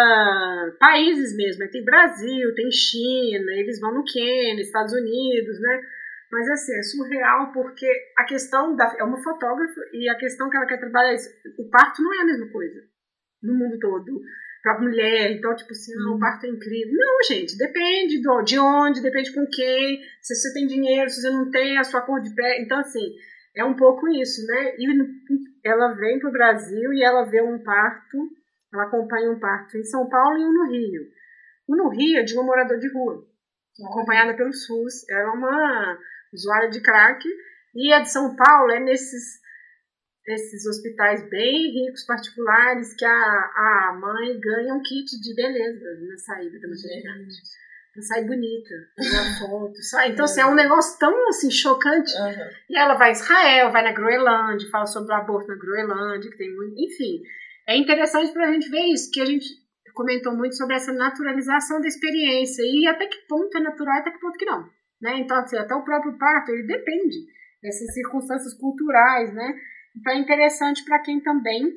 países mesmo. Tem Brasil, tem China, eles vão no Quênia, Estados Unidos, né? Mas assim, é surreal porque a questão é uma fotógrafa e a questão que ela quer trabalhar é isso. O parto não é a mesma coisa no mundo todo para mulher. Então, tipo assim, o parto é incrível. Não, gente, depende de onde, depende com quem, se você tem dinheiro, se você não tem, a sua cor de pele. Então, assim, é um pouco isso, né? E ela vem para o Brasil e ela vê um parto, ela acompanha um parto em São Paulo e um no Rio. O no Rio é de uma moradora de rua, acompanhada pelo SUS. Ela é uma usuária de crack. E a de São Paulo é nesses hospitais bem ricos, particulares, que a mãe ganha um kit de beleza na saída da maternidade. Pra sair bonita, tirar foto, sai. Então, assim, é um negócio tão, assim, chocante. E ela vai a Israel, vai na Groenlândia, fala sobre o aborto na Groenlândia, que tem muito... Enfim, é interessante pra gente ver isso, que a gente comentou muito sobre essa naturalização da experiência, e até que ponto é natural e até que ponto que não, né? Então, assim, até o próprio parto, ele depende dessas circunstâncias culturais, né? Então, é interessante pra quem também...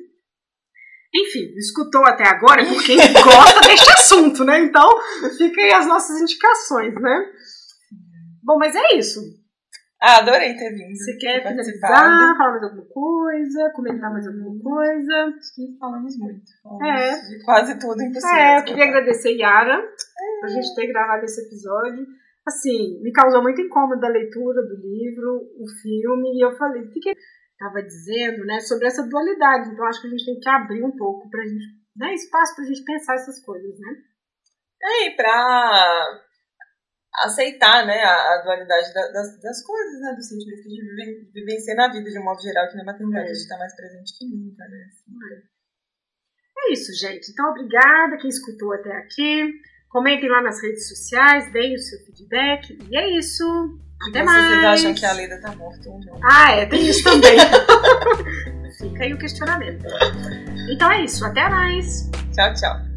Enfim, escutou até agora por quem gosta deste assunto, né? Então, fica aí as nossas indicações, né? Bom, mas é isso. Adorei ter vindo. Você quer finalizar, falar mais alguma coisa, comentar mais alguma coisa? Acho que falamos muito. Falamos de quase tudo impossível. Eu queria agradecer Yara por a gente ter gravado esse episódio. Assim, me causou muito incômodo a leitura do livro, o filme, e eu falei, o que estava dizendo, né, sobre essa dualidade. Então, acho que a gente tem que abrir um pouco para a gente dar espaço para a gente pensar essas coisas, né? E para aceitar, né, a dualidade das coisas, né, dos sentimentos que a gente vivencia na vida de um modo geral, que na maternidade a gente está mais presente que nunca, né? Assim. É isso, gente. Então, obrigada quem escutou até aqui. Comentem lá nas redes sociais, deem o seu feedback. E é isso. Até mais. Vocês acham que a Leda tá morta ou não? Tem isso também. Fica aí o questionamento. Então é isso. Até mais. Tchau, tchau.